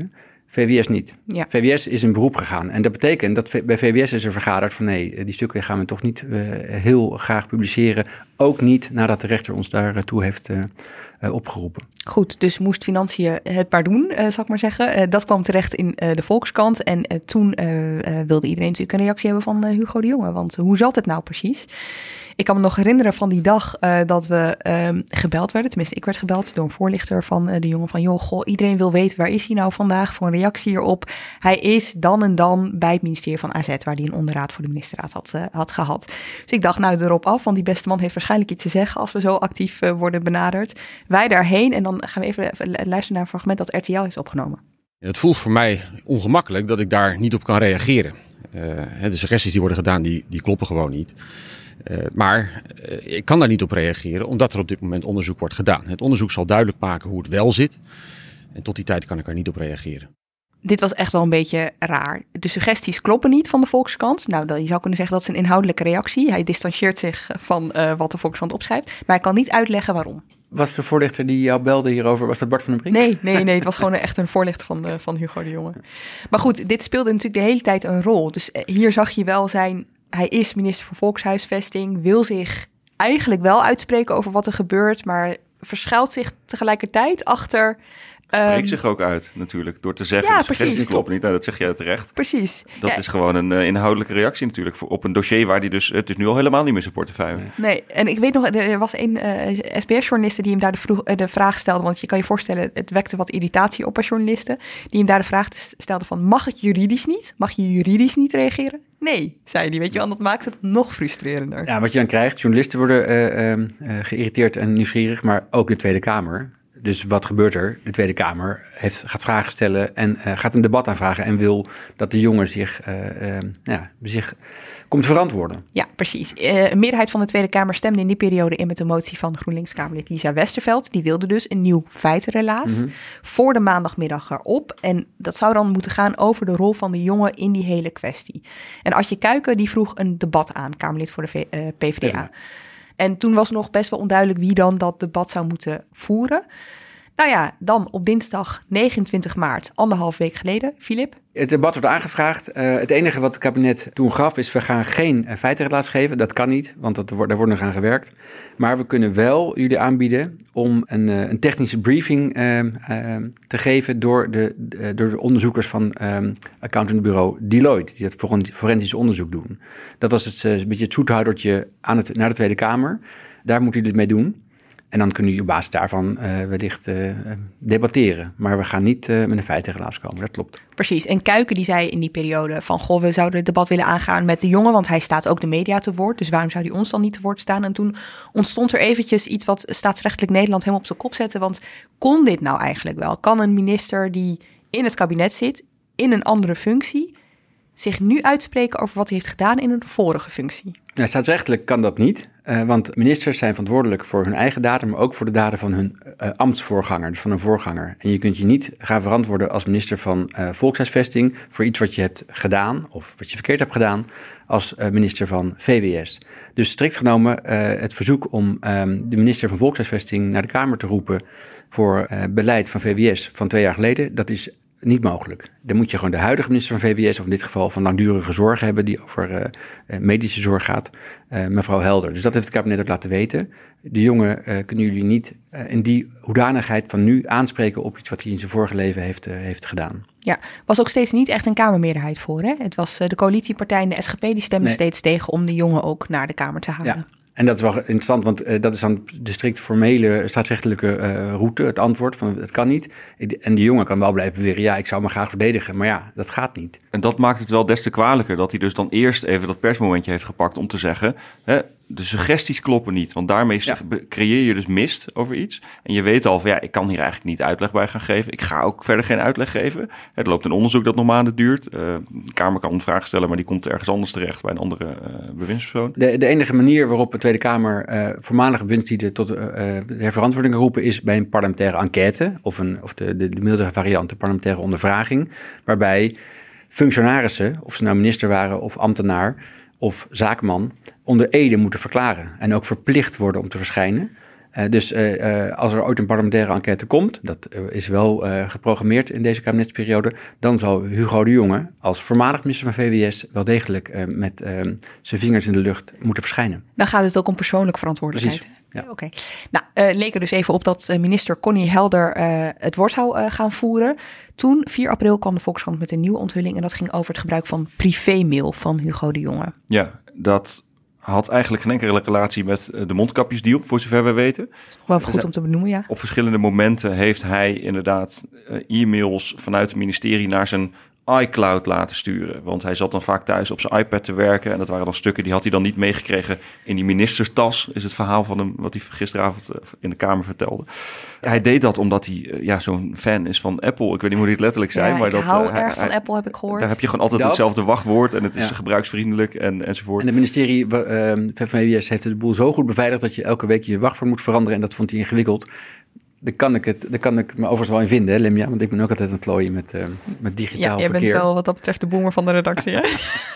V W S niet. Ja. V W S is in beroep gegaan. En dat betekent dat bij V W S is er vergaderd van nee, die stukken gaan we toch niet uh, heel graag publiceren. Ook niet nadat de rechter ons daartoe heeft uh, uh, opgeroepen. Goed, dus moest Financiën het maar doen, uh, zal ik maar zeggen. Uh, dat kwam terecht in uh, de Volkskrant. En uh, toen uh, uh, wilde iedereen natuurlijk een reactie hebben van uh, Hugo de Jonge. Want hoe zat het nou precies? Ik kan me nog herinneren van die dag uh, dat we uh, gebeld werden. Tenminste, ik werd gebeld door een voorlichter van uh, de jongen van... joh, goh, iedereen wil weten, waar is hij nou vandaag voor een reactie hierop? Hij is dan en dan bij het ministerie van A Z... waar hij een onderraad voor de ministerraad had, uh, had gehad. Dus ik dacht, nou, erop af, want die beste man heeft waarschijnlijk iets te zeggen... als we zo actief uh, worden benaderd. Wij daarheen en dan gaan we even luisteren naar een fragment dat R T L heeft opgenomen. Het voelt voor mij ongemakkelijk dat ik daar niet op kan reageren. Uh, de suggesties die worden gedaan, die, die kloppen gewoon niet... Uh, maar uh, ik kan daar niet op reageren, omdat er op dit moment onderzoek wordt gedaan. Het onderzoek zal duidelijk maken hoe het wel zit. En tot die tijd kan ik er niet op reageren. Dit was echt wel een beetje raar. De suggesties kloppen niet van de Volkskrant. Nou, dan, je zou kunnen zeggen dat is een inhoudelijke reactie. Hij distancieert zich van uh, wat de Volkskrant opschrijft. Maar hij kan niet uitleggen waarom. Was de voorlichter die jou belde hierover, was dat Bart van den Brink? Nee, nee, nee. Het was gewoon echt een voorlichter van, de, van Hugo de Jonge. Maar goed, dit speelde natuurlijk de hele tijd een rol. Dus uh, hier zag je wel zijn... Hij is minister voor Volkshuisvesting, wil zich eigenlijk wel uitspreken over wat er gebeurt, maar verschuilt zich tegelijkertijd achter... Spreekt um, zich ook uit natuurlijk, door te zeggen, ja, de suggesties precies. kloppen niet. Nou, dat zeg jij terecht. Precies. Dat ja. is gewoon een uh, inhoudelijke reactie natuurlijk, voor, op een dossier waar die dus, het is nu al helemaal niet meer zijn portefeuille. Nee, nee. En ik weet nog, er was een uh, S B S-journaliste die hem daar de, vroeg, uh, de vraag stelde, want je kan je voorstellen, het wekte wat irritatie op bij journalisten, die hem daar de vraag stelde van, mag het juridisch niet? Mag je juridisch niet reageren? Nee, zei hij, weet je wel, dat maakt het nog frustrerender. Ja, wat je dan krijgt, journalisten worden uh, uh, geïrriteerd en nieuwsgierig, maar ook de Tweede Kamer. Dus wat gebeurt er? De Tweede Kamer heeft, gaat vragen stellen en uh, gaat een debat aanvragen en wil dat de jongen zich, uh, uh, ja, zich komt verantwoorden. Ja, precies. Uh, een meerderheid van de Tweede Kamer stemde in die periode in met de motie van GroenLinks-Kamerlid Lisa Westerveld. Die wilde dus een nieuw feitenrelaas mm-hmm. voor de maandagmiddag erop. En dat zou dan moeten gaan over de rol van de jongen in die hele kwestie. En Adje Kuiken die vroeg een debat aan, Kamerlid voor de v- uh, P v d A. Ja. En toen was nog best wel onduidelijk wie dan dat debat zou moeten voeren. Nou ja, dan op dinsdag negenentwintig maart, anderhalf week geleden, Filip. Het debat wordt aangevraagd. Uh, het enige wat het kabinet toen gaf is, we gaan geen uh, feitenrelaas geven. Dat kan niet, want dat, daar wordt nog aan gewerkt. Maar we kunnen wel jullie aanbieden om een, uh, een technische briefing uh, uh, te geven door de, uh, door de onderzoekers van um, accountantbureau Deloitte, die het forensisch onderzoek doen. Dat was het, uh, een beetje het zoethoudertje aan het, naar de Tweede Kamer. Daar moeten jullie het mee doen. En dan kunnen jullie op basis daarvan uh, wellicht uh, debatteren. Maar we gaan niet uh, met een feitenrelaas komen, dat klopt. Precies, en Kuiken die zei in die periode van, goh, we zouden het debat willen aangaan met de jongen, want hij staat ook de media te woord, dus waarom zou hij ons dan niet te woord staan? En toen ontstond er eventjes iets wat staatsrechtelijk Nederland helemaal op zijn kop zette, want kon dit nou eigenlijk wel? Kan een minister die in het kabinet zit, in een andere functie, zich nu uitspreken over wat hij heeft gedaan in een vorige functie? Nou, staatsrechtelijk kan dat niet, uh, want ministers zijn verantwoordelijk voor hun eigen daden, maar ook voor de daden van hun uh, ambtsvoorganger, dus van een voorganger. En je kunt je niet gaan verantwoorden als minister van uh, Volkshuisvesting voor iets wat je hebt gedaan of wat je verkeerd hebt gedaan als uh, minister van V W S. Dus strikt genomen uh, het verzoek om um, de minister van Volkshuisvesting naar de Kamer te roepen voor uh, beleid van V W S van twee jaar geleden, dat is niet mogelijk. Dan moet je gewoon de huidige minister van V W S, of in dit geval van langdurige zorg hebben, die over uh, medische zorg gaat, uh, mevrouw Helder. Dus dat heeft het kabinet ook laten weten. De jongen uh, kunnen jullie niet uh, in die hoedanigheid van nu aanspreken op iets wat hij in zijn vorige leven heeft, uh, heeft gedaan. Ja, was ook steeds niet echt een Kamermeerderheid voor, hè? Het was uh, de coalitiepartij en de S G P die stemden nee. steeds tegen om de jongen ook naar de Kamer te halen. Ja. En dat is wel interessant, want uh, dat is dan de strikt formele staatsrechtelijke uh, route, het antwoord van het kan niet. En die jongen kan wel blijven beweren, ja, ik zou me graag verdedigen, maar ja, dat gaat niet. En dat maakt het wel des te kwalijker dat hij dus dan eerst even dat persmomentje heeft gepakt om te zeggen, hè, de suggesties kloppen niet, want daarmee ja. creëer je dus mist over iets. En je weet al van ja, ik kan hier eigenlijk niet uitleg bij gaan geven. Ik ga ook verder geen uitleg geven. Het loopt een onderzoek dat nog maanden duurt. Uh, de Kamer kan een vraag stellen, maar die komt ergens anders terecht bij een andere uh, bewindspersoon. De, de enige manier waarop de Tweede Kamer uh, voormalige bewindslieden tot uh, de verantwoording roepen is bij een parlementaire enquête of, een, of de, de, de mildere variant, de parlementaire ondervraging, waarbij functionarissen, of ze nou minister waren of ambtenaar of zaakman, onder ede moeten verklaren en ook verplicht worden om te verschijnen. Uh, dus uh, uh, als er ooit een parlementaire enquête komt, dat uh, is wel uh, geprogrammeerd in deze kabinetsperiode, dan zal Hugo de Jonge als voormalig minister van V W S wel degelijk uh, met uh, zijn vingers in de lucht moeten verschijnen. Dan gaat het ook om persoonlijke verantwoordelijkheid. Precies. Ja. Oké. Okay. Nou, uh, leek er dus even op dat uh, minister Connie Helder uh, het woord zou uh, gaan voeren. Toen, vier april, kwam de Volkskrant met een nieuwe onthulling en dat ging over het gebruik van privémail van Hugo de Jonge. Ja, dat had eigenlijk geen enkele relatie met de mondkapjesdeal, voor zover we weten. Dat is nog wel goed om te benoemen, ja. Op verschillende momenten heeft hij inderdaad uh, e-mails vanuit het ministerie naar zijn iCloud laten sturen. Want hij zat dan vaak thuis op zijn iPad te werken. En dat waren dan stukken die had hij dan niet meegekregen in die ministerstas. Is het verhaal van hem wat hij gisteravond in de Kamer vertelde. Hij deed dat omdat hij ja, zo'n fan is van Apple. Ik weet niet hoe hij het letterlijk zei. Ja, maar ik dat, hou uh, erg hij, van Apple, heb ik gehoord. Daar heb je gewoon altijd dat? hetzelfde wachtwoord. En het is ja. gebruiksvriendelijk en, enzovoort. En het ministerie uh, van V W S heeft de boel zo goed beveiligd dat je elke week je wachtwoord moet veranderen. En dat vond hij ingewikkeld. Daar kan ik, het, daar kan ik me overigens wel in vinden, hè, Limja? Want ik ben ook altijd aan het klooien met, uh, met digitaal ja, jij verkeer. Ja, je bent wel wat dat betreft de boomer van de redactie, hè?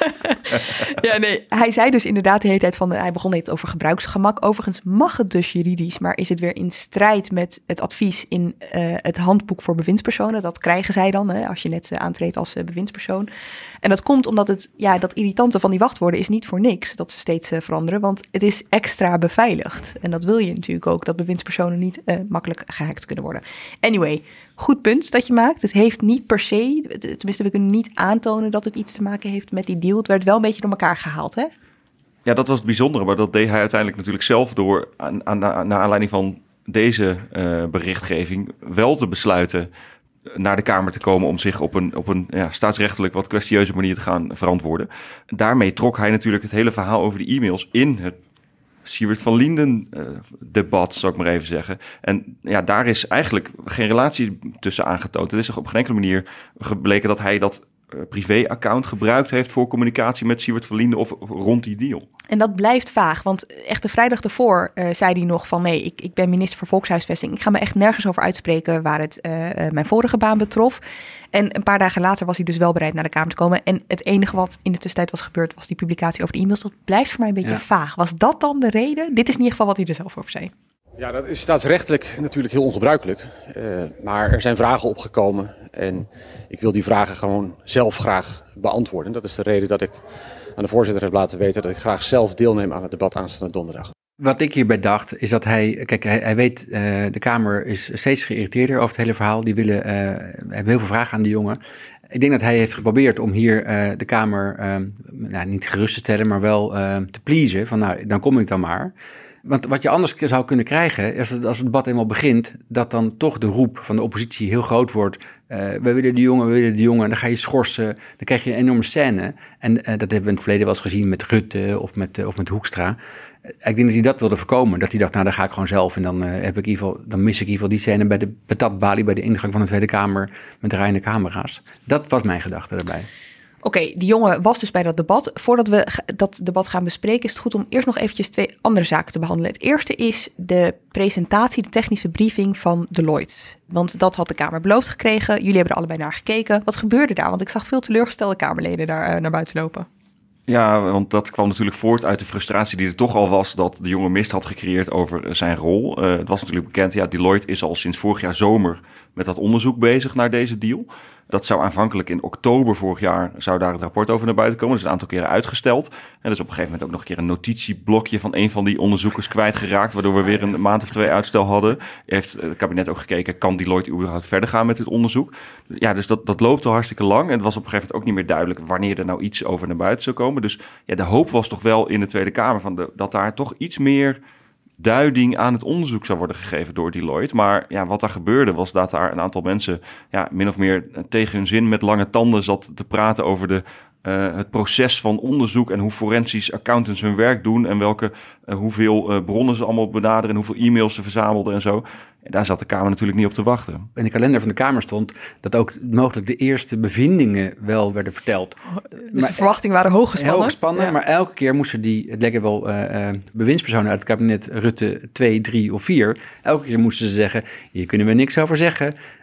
ja, nee. Hij zei dus inderdaad de hele tijd van... Hij begon net over gebruiksgemak. Overigens mag het dus juridisch, maar is het weer in strijd met het advies in uh, het handboek voor bewindspersonen. Dat krijgen zij dan, hè, als je net uh, aantreedt als uh, bewindspersoon. En dat komt omdat het, ja, dat irritante van die wachtwoorden is niet voor niks dat ze steeds uh, veranderen. Want het is extra beveiligd. En dat wil je natuurlijk ook, dat bewindspersonen niet uh, makkelijk gehackt kunnen worden. Anyway, goed punt dat je maakt. Het heeft niet per se, tenminste we kunnen niet aantonen dat het iets te maken heeft met die deal. Het werd wel een beetje door elkaar gehaald, hè? Ja, dat was het bijzondere, maar dat deed hij uiteindelijk natuurlijk zelf door, aan, aan, naar aanleiding van deze uh, berichtgeving, wel te besluiten naar de Kamer te komen om zich op een, op een ja, staatsrechtelijk wat kwestieuze manier te gaan verantwoorden. Daarmee trok hij natuurlijk het hele verhaal over de e-mails in het Siewert van Linden uh, debat, zou ik maar even zeggen. En ja, daar is eigenlijk geen relatie tussen aangetoond. Het is op geen enkele manier gebleken dat hij dat uh, privé-account gebruikt heeft voor communicatie met Siewert van Linden of rond die deal. En dat blijft vaag, want echt de vrijdag ervoor uh, zei hij nog van nee, ik, ik ben minister voor Volkshuisvesting. Ik ga me echt nergens over uitspreken waar het uh, uh, mijn vorige baan betrof. En een paar dagen later was hij dus wel bereid naar de Kamer te komen. En het enige wat in de tussentijd was gebeurd was die publicatie over de e-mails. Dat blijft voor mij een beetje ja. vaag. Was dat dan de reden? Dit is in ieder geval wat hij er zelf over zei. Ja, dat is staatsrechtelijk natuurlijk heel ongebruikelijk. Uh, maar er zijn vragen opgekomen en ik wil die vragen gewoon zelf graag beantwoorden. Dat is de reden dat ik aan de voorzitter heb laten weten dat ik graag zelf deelneem aan het debat aanstaande donderdag. Wat ik hierbij dacht, is dat hij... Kijk, hij, hij weet, uh, de Kamer is steeds geïrriteerder over het hele verhaal. Die willen, uh, hebben heel veel vragen aan die jongen. Ik denk dat hij heeft geprobeerd om hier uh, de Kamer uh, nou, niet gerust te stellen, maar wel uh, te pleasen. Van nou, dan kom ik dan maar. Want wat je anders zou kunnen krijgen, is dat als het debat eenmaal begint, dat dan toch de roep van de oppositie heel groot wordt. Uh, we willen de jongen, we willen de jongen. En dan ga je schorsen, dan krijg je een enorme scène. En uh, dat hebben we in het verleden wel eens gezien met Rutte of met, uh, of met Hoekstra. Uh, ik denk dat hij dat wilde voorkomen. Dat hij dacht, nou dan ga ik gewoon zelf. En dan, uh, heb ik in ieder geval, dan mis ik in ieder geval die scène bij de patatbalie, bij de ingang van de Tweede Kamer met draaiende camera's. Dat was mijn gedachte daarbij. Oké, okay, die jongen was dus bij dat debat. Voordat we dat debat gaan bespreken, is het goed om eerst nog eventjes twee andere zaken te behandelen. Het eerste is de presentatie, de technische briefing van Deloitte. Want dat had de Kamer beloofd gekregen. Jullie hebben er allebei naar gekeken. Wat gebeurde daar? Want ik zag veel teleurgestelde Kamerleden daar uh, naar buiten lopen. Ja, want dat kwam natuurlijk voort uit de frustratie die er toch al was dat de jongen mist had gecreëerd over zijn rol. Uh, het was natuurlijk bekend, ja, Deloitte is al sinds vorig jaar zomer met dat onderzoek bezig naar deze deal. Dat zou aanvankelijk in oktober vorig jaar, zou daar het rapport over naar buiten komen. Dat is een aantal keren uitgesteld. En dat is op een gegeven moment ook nog een keer een notitieblokje van een van die onderzoekers kwijtgeraakt, waardoor we weer een maand of twee uitstel hadden. Heeft het kabinet ook gekeken, kan Deloitte überhaupt verder gaan met dit onderzoek? Ja, dus dat, dat loopt al hartstikke lang. En het was op een gegeven moment ook niet meer duidelijk wanneer er nou iets over naar buiten zou komen. Dus ja, de hoop was toch wel in de Tweede Kamer van de, dat daar toch iets meer duiding aan het onderzoek zou worden gegeven door Deloitte. Maar ja, wat daar gebeurde was dat daar een aantal mensen ja, min of meer tegen hun zin met lange tanden zat te praten over de, uh, het proces van onderzoek en hoe forensisch accountants hun werk doen en welke, uh, hoeveel uh, bronnen ze allemaal benaderen en hoeveel e-mails ze verzamelden en zo. En daar zat de Kamer natuurlijk niet op te wachten. In de kalender van de Kamer stond dat ook mogelijk de eerste bevindingen wel werden verteld. Dus maar, de verwachtingen waren hoog gespannen. Hoog gespannen, ja. Maar elke keer moesten die, het lekker wel uh, uh, bewindspersonen uit het kabinet Rutte twee, drie of vier, elke keer moesten ze zeggen, hier kunnen we niks over zeggen.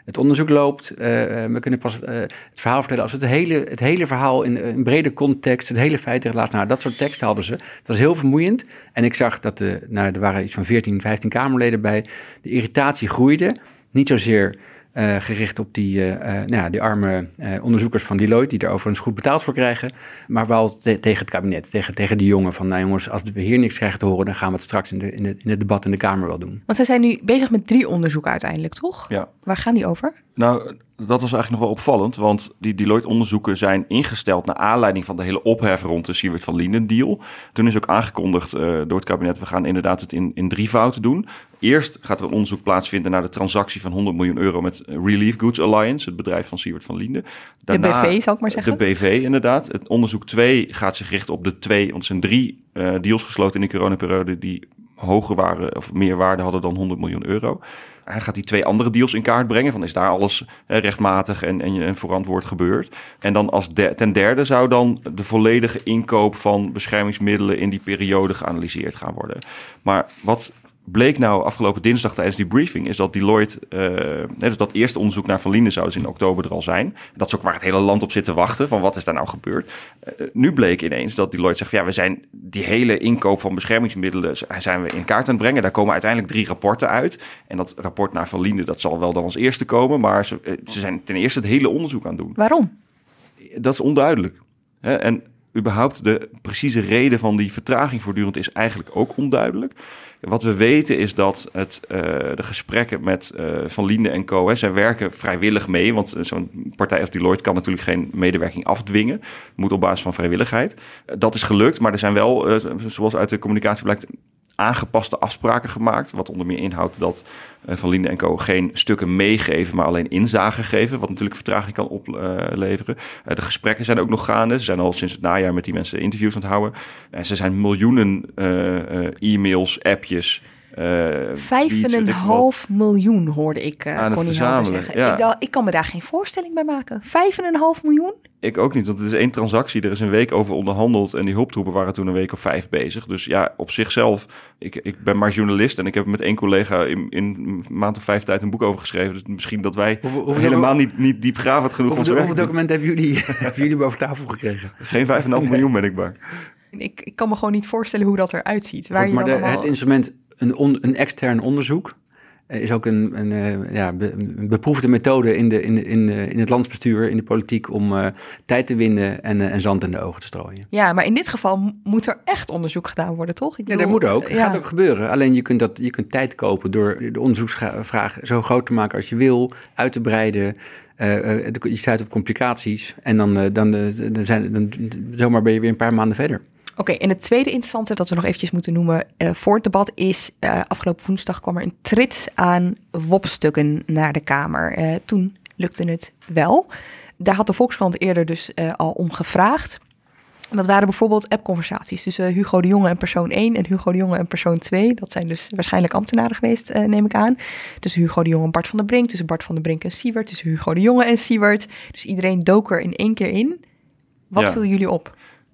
het onderzoek loopt. Uh, we kunnen pas uh, het verhaal vertellen als we het hele, het hele verhaal in een brede context, het hele feit laten. Nou, dat soort teksten hadden ze. Het was heel vermoeiend. En ik zag dat de, nou, er waren iets van veertien, vijftien Kamerleden bij. De irritatie groeide. Niet zozeer uh, gericht op die, uh, uh, nou ja, die arme uh, onderzoekers van Deloitte, die er overigens goed betaald voor krijgen, maar wel te- tegen het kabinet, tegen, tegen die jongen van, nou jongens, als we hier niks krijgen te horen, dan gaan we het straks in, de, in, de, in het debat in de Kamer wel doen. Want zij zijn nu bezig met drie onderzoeken uiteindelijk, toch? Ja. Waar gaan die over? Nou, dat was eigenlijk nog wel opvallend, want die Deloitte-onderzoeken zijn ingesteld naar aanleiding van de hele ophef rond de Siewert van Linden-deal. Toen is ook aangekondigd uh, door het kabinet, we gaan inderdaad het in, in drie fouten doen. Eerst gaat er een onderzoek plaatsvinden naar de transactie van honderd miljoen euro met Relief Goods Alliance, het bedrijf van Siewert van Linden. Daarna, de B V, zal ik maar zeggen. De B V, inderdaad. Het onderzoek twee gaat zich richten op de twee, want er zijn drie uh, deals gesloten in de coronaperiode die hoger waren of meer waarde hadden dan honderd miljoen euro. Hij gaat die twee andere deals in kaart brengen. Van is daar alles eh, rechtmatig en, en, en verantwoord gebeurd. En dan als de, ten derde zou dan de volledige inkoop van beschermingsmiddelen in die periode geanalyseerd gaan worden. Maar wat bleek nou afgelopen dinsdag tijdens die briefing is dat Deloitte, uh, dus dat eerste onderzoek naar Van Linden zou dus in oktober er al zijn. Dat is ook waar het hele land op zit te wachten, van wat is daar nou gebeurd. Uh, nu bleek ineens dat Deloitte zegt, ja, we zijn die hele inkoop van beschermingsmiddelen zijn we in kaart aan het brengen. Daar komen uiteindelijk drie rapporten uit. En dat rapport naar Van Linden, dat zal wel dan als eerste komen, maar ze, ze zijn ten eerste het hele onderzoek aan het doen. Waarom? Dat is onduidelijk. Hè? En überhaupt de precieze reden van die vertraging voortdurend is eigenlijk ook onduidelijk. Wat we weten is dat het, uh, de gesprekken met uh, Van Linden en co. Hè, zij werken vrijwillig mee. Want zo'n partij als Deloitte kan natuurlijk geen medewerking afdwingen. Het moet op basis van vrijwilligheid. Uh, dat is gelukt, maar er zijn wel, uh, zoals uit de communicatie blijkt, aangepaste afspraken gemaakt. Wat onder meer inhoudt dat uh, Van Linden en co. geen stukken meegeven, maar alleen inzage geven. Wat natuurlijk vertraging kan opleveren. Uh, de gesprekken zijn ook nog gaande. Ze zijn al sinds het najaar met die mensen interviews aan het houden. En ze zijn miljoenen uh, uh, e-mails, appjes. Uh, Vijf en een half miljoen hoorde ik uh, aan het Connie Helder verzamelen. zeggen. Ja. Ik, dacht, ik kan me daar geen voorstelling bij maken. Vijf en een half miljoen? Ik ook niet, want het is één transactie. Er is een week over onderhandeld en die hulptroepen waren toen een week of vijf bezig. Dus ja, op zichzelf, ik, ik ben maar journalist en ik heb met één collega in, in een maand of vijf tijd een boek over geschreven. Dus misschien dat wij hoeveel, hoeveel, helemaal niet, niet diepgravend genoeg hoeveel, ons hoeveel documenten hebben jullie, hebben jullie boven tafel gekregen? Geen vijf en een half miljoen ben ik bang. Ik, ik kan me gewoon niet voorstellen hoe dat eruit ziet. Waar Goed, je maar dan de, allemaal... het instrument, een, on, een extern onderzoek, is ook een, een, uh, ja, be, een beproefde methode in, de, in, de, in, de, in het landsbestuur, in de politiek, om uh, tijd te winnen en, uh, en zand in de ogen te strooien. Ja, maar in dit geval moet er echt onderzoek gedaan worden, toch? Ik bedoel, ja, dat moet ook. Dat ja. gaat ook gebeuren. Alleen je kunt, dat, je kunt tijd kopen door de onderzoeksvraag zo groot te maken als je wil, uit te breiden. Uh, uh, je stuit op complicaties en dan, uh, dan, uh, dan, zijn, dan zomaar ben je weer een paar maanden verder. Oké, okay, en het tweede interessante dat we nog eventjes moeten noemen uh, voor het debat is, uh, afgelopen woensdag kwam er een trits aan W O P-stukken naar de Kamer. Uh, toen lukte het wel. Daar had de Volkskrant eerder dus uh, al om gevraagd. En dat waren bijvoorbeeld appconversaties tussen Hugo de Jonge en persoon één en Hugo de Jonge en persoon twee. Dat zijn dus waarschijnlijk ambtenaren geweest, uh, neem ik aan. Tussen Hugo de Jonge en Bart van der Brink, tussen Bart van der Brink en Siewert, tussen Hugo de Jonge en Siewert. Dus iedereen dook er in één keer in. Wat ja. viel jullie op?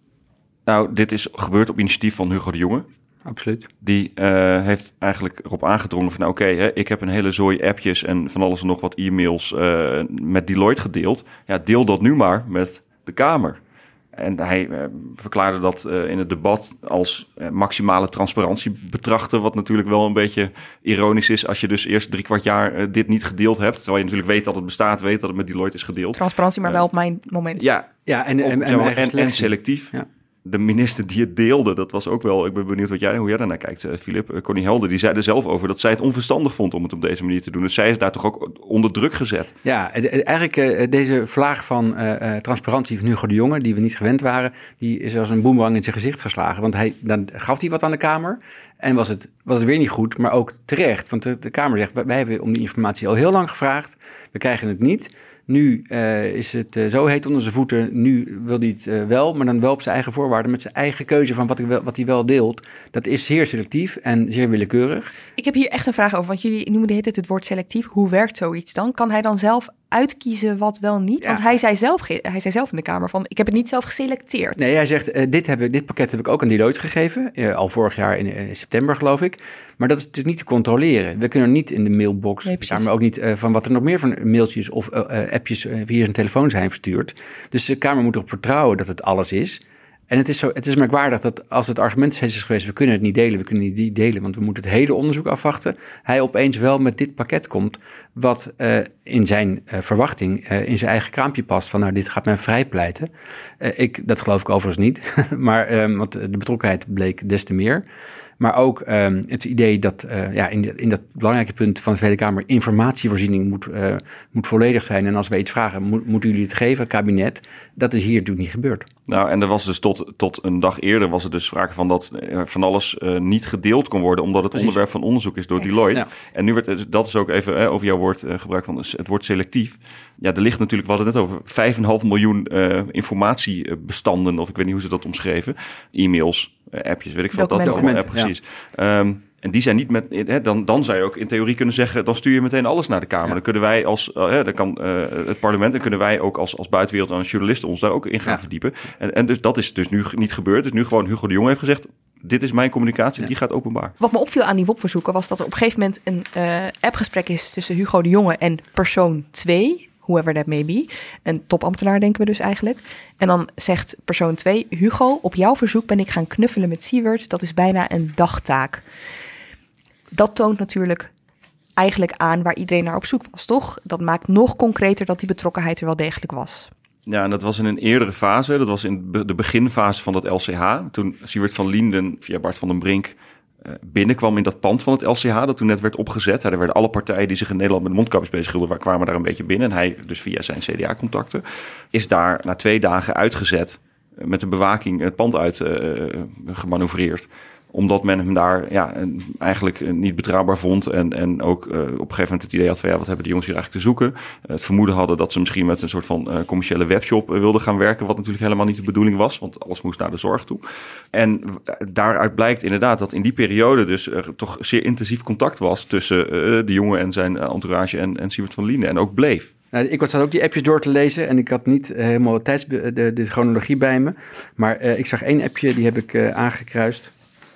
Nou, dit is gebeurd op initiatief van Hugo de Jonge. Absoluut. Die uh, heeft eigenlijk erop aangedrongen van, nou, oké, okay, ik heb een hele zooi appjes en van alles en nog wat e-mails uh, met Deloitte gedeeld. Ja, deel dat nu maar met de Kamer. En hij uh, verklaarde dat uh, in het debat als uh, maximale transparantie betrachten, wat natuurlijk wel een beetje ironisch is als je dus eerst drie kwart jaar uh, dit niet gedeeld hebt, terwijl je natuurlijk weet dat het bestaat, weet dat het met Deloitte is gedeeld. Transparantie, maar uh, wel op mijn moment. Ja, ja en, op, en, en, en, en, en selectief. Ja. De minister die het deelde, dat was ook wel... Ik ben benieuwd wat jij, hoe jij daarnaar kijkt, Filip. Uh, Connie Helder, die zei er zelf over dat zij het onverstandig vond om het op deze manier te doen. Dus zij is daar toch ook onder druk gezet. Ja, eigenlijk uh, deze vlaag van uh, uh, transparantie van Hugo de Jonge, die we niet gewend waren, die is als een boemerang in zijn gezicht geslagen. Want hij, dan gaf hij wat aan de Kamer en was het, was het weer niet goed, maar ook terecht. Want de, de Kamer zegt, wij hebben om die informatie al heel lang gevraagd. We krijgen het niet. Nu uh, is het uh, zo heet onder zijn voeten, nu wil hij het uh, wel, maar dan wel op zijn eigen voorwaarden, met zijn eigen keuze van wat hij wel, wat hij wel deelt. Dat is zeer selectief en zeer willekeurig. Ik heb hier echt een vraag over, want jullie noemen de hele tijd het woord selectief. Hoe werkt zoiets dan? Kan hij dan zelf uitkiezen wat wel niet? Ja. Want hij zei, zelf, hij zei zelf in de Kamer van, ik heb het niet zelf geselecteerd. Nee, hij zegt, uh, dit, heb, dit pakket heb ik ook aan Deloitte gegeven. Uh, al vorig jaar in, in september, geloof ik. Maar dat is dus niet te controleren. We kunnen niet in de mailbox, nee, maar ook niet uh, van wat er nog meer van mailtjes of uh, uh, appjes uh, via zijn telefoon zijn verstuurd. Dus de Kamer moet erop vertrouwen dat het alles is. En het is, zo, het is merkwaardig dat als het argument is geweest, we kunnen het niet delen, we kunnen het niet delen, want we moeten het hele onderzoek afwachten. Hij opeens wel met dit pakket komt, wat uh, in zijn uh, verwachting uh, in zijn eigen kraampje past. Van nou, dit gaat mij vrijpleiten. Uh, ik, dat geloof ik overigens niet, maar um, want de betrokkenheid bleek des te meer. Maar ook um, het idee dat uh, ja, in, de, in dat belangrijke punt van de Tweede Kamer informatievoorziening moet, uh, moet volledig zijn. En als we iets vragen, moet, moeten jullie het geven, kabinet. Dat is hier natuurlijk niet gebeurd. Nou, en er was dus tot, tot een dag eerder was er dus sprake van dat uh, van alles uh, niet gedeeld kon worden, omdat het Precies. onderwerp van onderzoek is door Deloitte. Ja. En nu werd, dat is ook even uh, over jouw woord uh, gebruik van het woord selectief. Ja, er ligt natuurlijk, we hadden het net over vijf komma vijf miljoen uh, informatiebestanden, of ik weet niet hoe ze dat omschreven, e-mails, uh, appjes, weet ik veel. Dat allemaal, uh, precies. Ja. Um, En die zijn niet met. Hè, dan, dan zou je ook in theorie kunnen zeggen, dan stuur je meteen alles naar de Kamer. Ja. Dan kunnen wij als uh, dan kan uh, het parlement en kunnen wij ook als, als buitenwereld en als journalisten ons daar ook in gaan ja. verdiepen. En, en dus dat is dus nu niet gebeurd. Dus nu gewoon Hugo de Jonge heeft gezegd, dit is mijn communicatie, ja. die gaat openbaar. Wat me opviel aan die W O P-verzoeken was dat er op een gegeven moment een uh, appgesprek is tussen Hugo de Jonge en persoon twee. Whoever that may be. Een topambtenaar denken we dus eigenlijk. En dan zegt persoon twee, Hugo, op jouw verzoek ben ik gaan knuffelen met Siewert. Dat is bijna een dagtaak. Dat toont natuurlijk eigenlijk aan waar iedereen naar op zoek was, toch? Dat maakt nog concreter dat die betrokkenheid er wel degelijk was. Ja, en dat was in een eerdere fase. Dat was in de beginfase van dat L C H. Toen Siewert van Lienden via Bart van den Brink binnenkwam in dat pand van het L C H, dat toen net werd opgezet. Er werden alle partijen die zich in Nederland met mondkapjes bezighielden, kwamen daar een beetje binnen. En hij, dus via zijn C D A-contacten, is daar na twee dagen uitgezet, met de bewaking het pand uit uh, gemanoeuvreerd. Omdat men hem daar ja, eigenlijk niet betrouwbaar vond. En, en ook uh, op een gegeven moment het idee had van, ja, wat hebben die jongens hier eigenlijk te zoeken? Uh, het vermoeden hadden dat ze misschien met een soort van uh, commerciële webshop uh, wilden gaan werken. Wat natuurlijk helemaal niet de bedoeling was. Want alles moest naar de zorg toe. En daaruit blijkt inderdaad dat in die periode dus er toch zeer intensief contact was tussen uh, de jongen en zijn entourage en, en Siewert van Lienden. En ook bleef. Nou, ik was ook die appjes door te lezen en ik had niet uh, helemaal de, tijds, de, de chronologie bij me. Maar uh, ik zag één appje, die heb ik uh, aangekruist.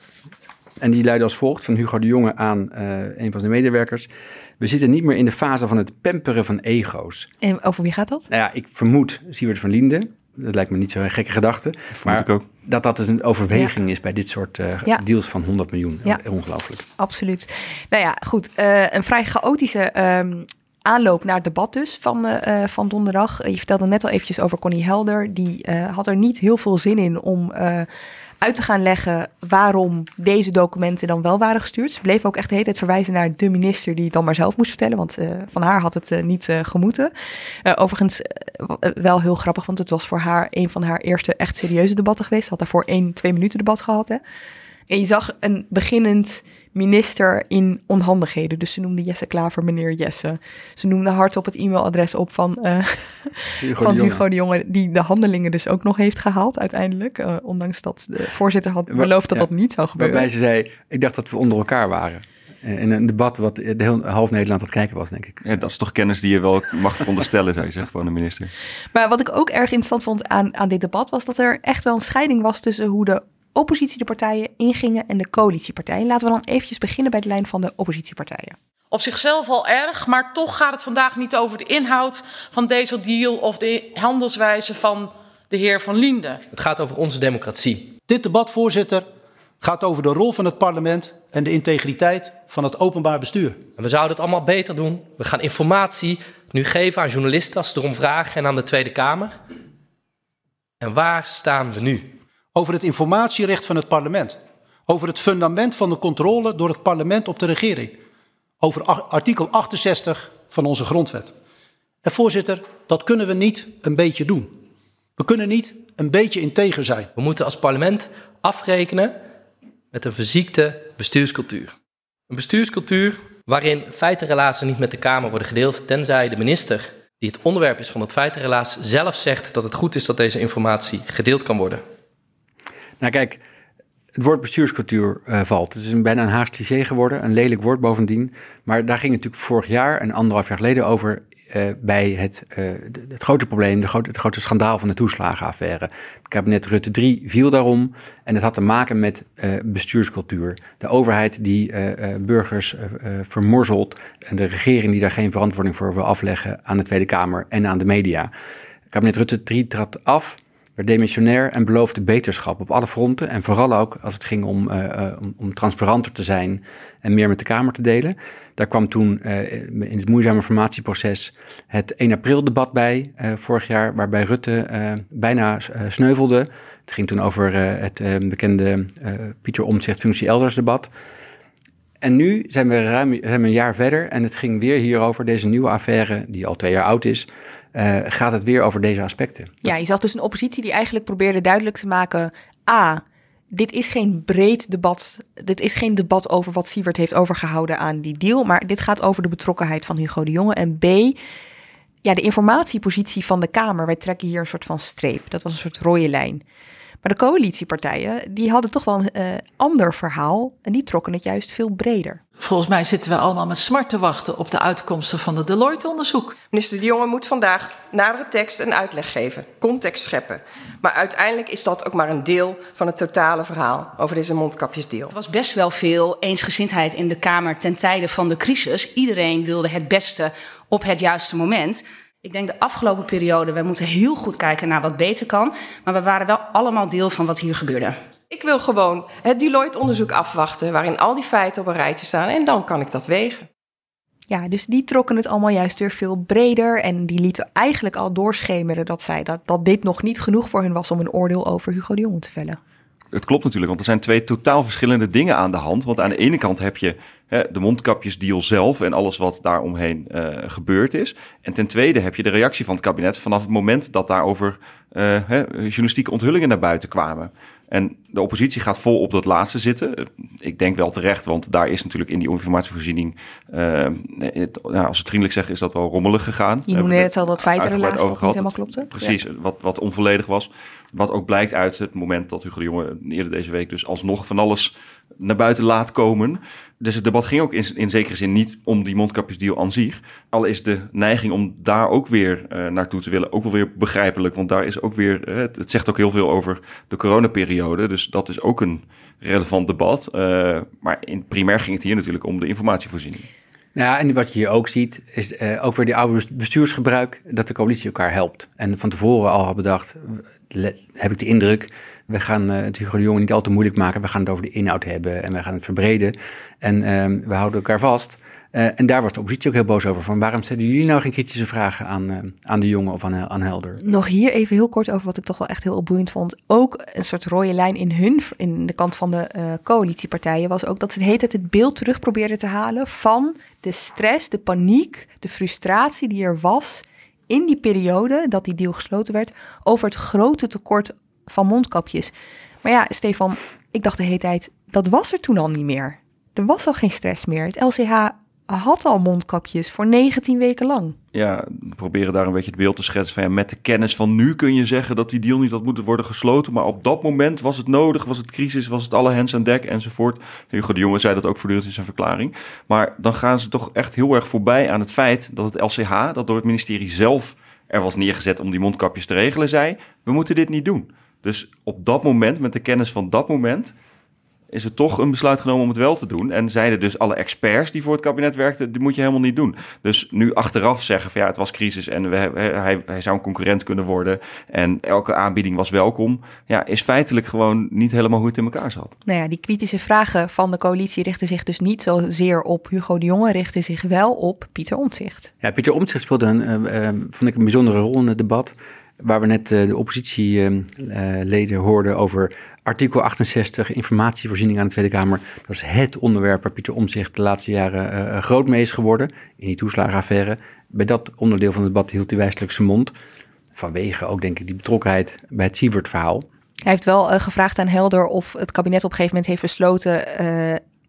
En die luidde als volgt van Hugo de Jonge aan uh, een van zijn medewerkers. We zitten niet meer in de fase van het pamperen van ego's. En over wie gaat dat? Nou ja, ik vermoed Siewert van Lienden. Dat lijkt me niet zo'n gekke gedachte. Maar ik ook. Dat dat dus een overweging ja. is bij dit soort uh, ja. deals van honderd miljoen. Ja. Ongelooflijk. Absoluut. Nou ja, goed. Uh, een vrij chaotische um, aanloop naar het debat dus van, uh, van donderdag. Je vertelde net al eventjes over Connie Helder. Die uh, had er niet heel veel zin in om Uh, uit te gaan leggen waarom deze documenten dan wel waren gestuurd. Ze bleef ook echt de hele tijd verwijzen naar de minister die het dan maar zelf moest vertellen, want uh, van haar had het uh, niet uh, gemoeten. Uh, overigens uh, wel heel grappig, want het was voor haar een van haar eerste echt serieuze debatten geweest. Ze had daarvoor één, twee minuten debat gehad. Hè? En je zag een beginnend minister in onhandigheden. Dus ze noemde Jesse Klaver meneer Jesse. Ze noemde hardop het e-mailadres op van, uh, Hugo, van de Hugo de Jonge, die de handelingen dus ook nog heeft gehaald uiteindelijk. Uh, ondanks dat de voorzitter had beloofd dat ja, dat niet zou gebeuren. Waarbij ze zei, ik dacht dat we onder elkaar waren. In een debat wat de heel, half Nederland aan het kijken was, denk ik. Ja, dat is toch kennis die je wel mag veronderstellen, zou je zeggen, van de minister. Maar wat ik ook erg interessant vond aan, aan dit debat was dat er echt wel een scheiding was tussen hoe de oppositie de partijen ingingen en de coalitiepartijen. Laten we dan eventjes beginnen bij de lijn van de oppositiepartijen. Op zichzelf al erg, maar toch gaat het vandaag niet over de inhoud van deze deal of de handelswijze van de heer Van Lienden. Het gaat over onze democratie. Dit debat, voorzitter, gaat over de rol van het parlement en de integriteit van het openbaar bestuur. En we zouden het allemaal beter doen. We gaan informatie nu geven aan journalisten als ze erom vragen en aan de Tweede Kamer. En waar staan we nu? Over het informatierecht van het parlement. Over het fundament van de controle door het parlement op de regering. Over artikel achtenzestig van onze grondwet. En voorzitter, dat kunnen we niet een beetje doen. We kunnen niet een beetje integer zijn. We moeten als parlement afrekenen met een verziekte bestuurscultuur. Een bestuurscultuur waarin feitenrelazen niet met de Kamer worden gedeeld, tenzij de minister, die het onderwerp is van het feitenrelaas, zelf zegt dat het goed is dat deze informatie gedeeld kan worden. Nou kijk, het woord bestuurscultuur uh, valt. Het is een, bijna een Haags cliché geworden, een lelijk woord bovendien. Maar daar ging het natuurlijk vorig jaar en anderhalf jaar geleden over uh, bij het, uh, het grote probleem, de grote, het grote schandaal van de toeslagenaffaire. Het kabinet Rutte drie viel daarom en het had te maken met uh, bestuurscultuur. De overheid die uh, uh, burgers uh, uh, vermorzelt en de regering die daar geen verantwoording voor wil afleggen aan de Tweede Kamer en aan de media. Het kabinet Rutte drie trad af, werd demissionair en beloofde beterschap op alle fronten. En vooral ook als het ging om, uh, uh, om, om transparanter te zijn en meer met de Kamer te delen. Daar kwam toen uh, in het moeizame formatieproces het één april debat bij, uh, vorig jaar, waarbij Rutte uh, bijna uh, sneuvelde. Het ging toen over uh, het uh, bekende uh, Pieter Omtzigt functie elders debat. En nu zijn we ruim, ruim een jaar verder en het ging weer hierover, deze nieuwe affaire, die al twee jaar oud is, uh, gaat het weer over deze aspecten. Ja, je zag dus een oppositie die eigenlijk probeerde duidelijk te maken, A, dit is geen breed debat, dit is geen debat over wat Siewert heeft overgehouden aan die deal, maar dit gaat over de betrokkenheid van Hugo de Jonge. En B, ja, de informatiepositie van de Kamer, wij trekken hier een soort van streep, dat was een soort rode lijn. Maar de coalitiepartijen, die hadden toch wel een uh, ander verhaal en die trokken het juist veel breder. Volgens mij zitten we allemaal met smart te wachten op de uitkomsten van het Deloitte-onderzoek. Minister De Jonge moet vandaag nadere tekst en uitleg geven, context scheppen. Maar uiteindelijk is dat ook maar een deel van het totale verhaal over deze mondkapjesdeal. Er was best wel veel eensgezindheid in de Kamer ten tijde van de crisis. Iedereen wilde het beste op het juiste moment. Ik denk de afgelopen periode, we moeten heel goed kijken naar wat beter kan. Maar we waren wel allemaal deel van wat hier gebeurde. Ik wil gewoon het Deloitte-onderzoek afwachten, waarin al die feiten op een rijtje staan. En dan kan ik dat wegen. Ja, dus die trokken het allemaal juist weer veel breder. En die lieten eigenlijk al doorschemeren dat, zij, dat, dat dit nog niet genoeg voor hun was om een oordeel over Hugo de Jonge te vellen. Het klopt natuurlijk, want er zijn twee totaal verschillende dingen aan de hand. Want aan de ene kant heb je hè, de mondkapjesdeal zelf en alles wat daaromheen uh, gebeurd is. En ten tweede heb je de reactie van het kabinet vanaf het moment dat daarover uh, hè, journalistieke onthullingen naar buiten kwamen. En de oppositie gaat vol op dat laatste zitten. Ik denk wel terecht, want daar is natuurlijk in die informatievoorziening, uh, het, nou, als we het vriendelijk zeggen, is dat wel rommelig gegaan. Je noemde net al dat feitenrelaas nog niet helemaal klopte. Precies, ja. wat, wat onvolledig was. Wat ook blijkt uit het moment dat Hugo de Jonge eerder deze week dus alsnog van alles naar buiten laat komen. Dus het debat ging ook in, in zekere zin niet om die mondkapjesdeal aan zich. Al is de neiging om daar ook weer uh, naartoe te willen ook wel weer begrijpelijk. Want daar is ook weer, uh, het, het zegt ook heel veel over de coronaperiode. Dus dat is ook een relevant debat. Uh, maar in primair ging het hier natuurlijk om de informatievoorziening. Ja, en wat je hier ook ziet, is uh, ook weer die oude bestuursgebruik, dat de coalitie elkaar helpt. En van tevoren al had bedacht, heb ik de indruk, we gaan uh, het Hugo de Jonge niet al te moeilijk maken. We gaan het over de inhoud hebben en we gaan het verbreden. En uh, we houden elkaar vast. Uh, en daar was de oppositie ook heel boos over. Van waarom stellen jullie nou geen kritische vragen aan, uh, aan de Jonge of aan, aan Helder? Nog hier even heel kort over wat ik toch wel echt heel boeiend vond. Ook een soort rode lijn in hun, in de kant van de uh, coalitiepartijen, was ook dat ze de hele tijd het beeld terug probeerden te halen van de stress, de paniek, de frustratie die er was in die periode dat die deal gesloten werd over het grote tekort van mondkapjes. Maar ja, Stefan, ik dacht de hele tijd, dat was er toen al niet meer. Er was al geen stress meer. Het L C H had al mondkapjes voor negentien weken lang. Ja, we proberen daar een beetje het beeld te schetsen van ja, met de kennis van nu kun je zeggen dat die deal niet had moeten worden gesloten, maar op dat moment was het nodig, was het crisis, was het alle hens aan dek enzovoort. Hugo de Jonge zei dat ook voortdurend in zijn verklaring. Maar dan gaan ze toch echt heel erg voorbij aan het feit dat het L C H, dat door het ministerie zelf er was neergezet om die mondkapjes te regelen, zei, we moeten dit niet doen. Dus op dat moment, met de kennis van dat moment, is er toch een besluit genomen om het wel te doen. En zeiden dus alle experts die voor het kabinet werkten, dit moet je helemaal niet doen. Dus nu achteraf zeggen van ja, het was crisis en we, hij, hij zou een concurrent kunnen worden en elke aanbieding was welkom. Ja, is feitelijk gewoon niet helemaal hoe het in elkaar zat. Nou ja, die kritische vragen van de coalitie richten zich dus niet zozeer op Hugo de Jonge, richten zich wel op Pieter Omtzigt. Ja, Pieter Omtzigt speelde een, uh, uh, vond ik een bijzondere rol in het debat, waar we net uh, de oppositieleden uh, hoorden over artikel achtenzestig, informatievoorziening aan de Tweede Kamer. Dat is het onderwerp waar Pieter Omtzigt de laatste jaren uh, groot mee is geworden, in die toeslagenaffaire. Bij dat onderdeel van het debat hield hij wijselijk zijn mond, vanwege ook denk ik die betrokkenheid bij het Siewert-verhaal. Hij heeft wel uh, gevraagd aan Helder of het kabinet op een gegeven moment heeft besloten uh,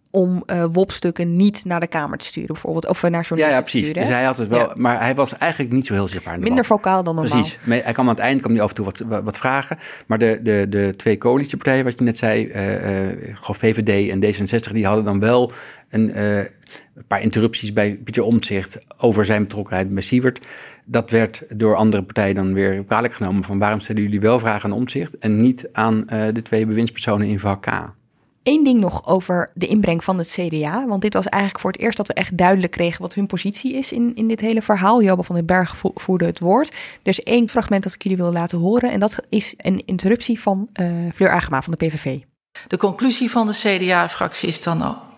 om uh, W O P-stukken niet naar de Kamer te sturen, bijvoorbeeld, of naar journalisten ja, ja, te sturen. Ja, precies. Dus hij had het wel, ja. Maar hij was eigenlijk niet zo heel zichtbaar in de Minder debat. vocaal dan normaal. Precies. Hij kwam aan het eind, kwam hij af en toe wat, wat vragen. Maar de, de, de twee coalitiepartijen, wat je net zei, uh, uh, V V D en D zesenzestig, die hadden dan wel een, uh, een paar interrupties bij Pieter Omtzigt over zijn betrokkenheid bij Siewert. Dat werd door andere partijen dan weer kwalijk genomen van waarom stellen jullie wel vragen aan Omtzigt en niet aan uh, de twee bewindspersonen in vak K. Eén ding nog over de inbreng van het C D A. Want dit was eigenlijk voor het eerst dat we echt duidelijk kregen wat hun positie is in, in dit hele verhaal. Joba van den Berg vo- voerde het woord. Er is één fragment dat ik jullie wil laten horen. En dat is een interruptie van uh, Fleur Agema van de P V V. De conclusie van de C D A-fractie is dan al.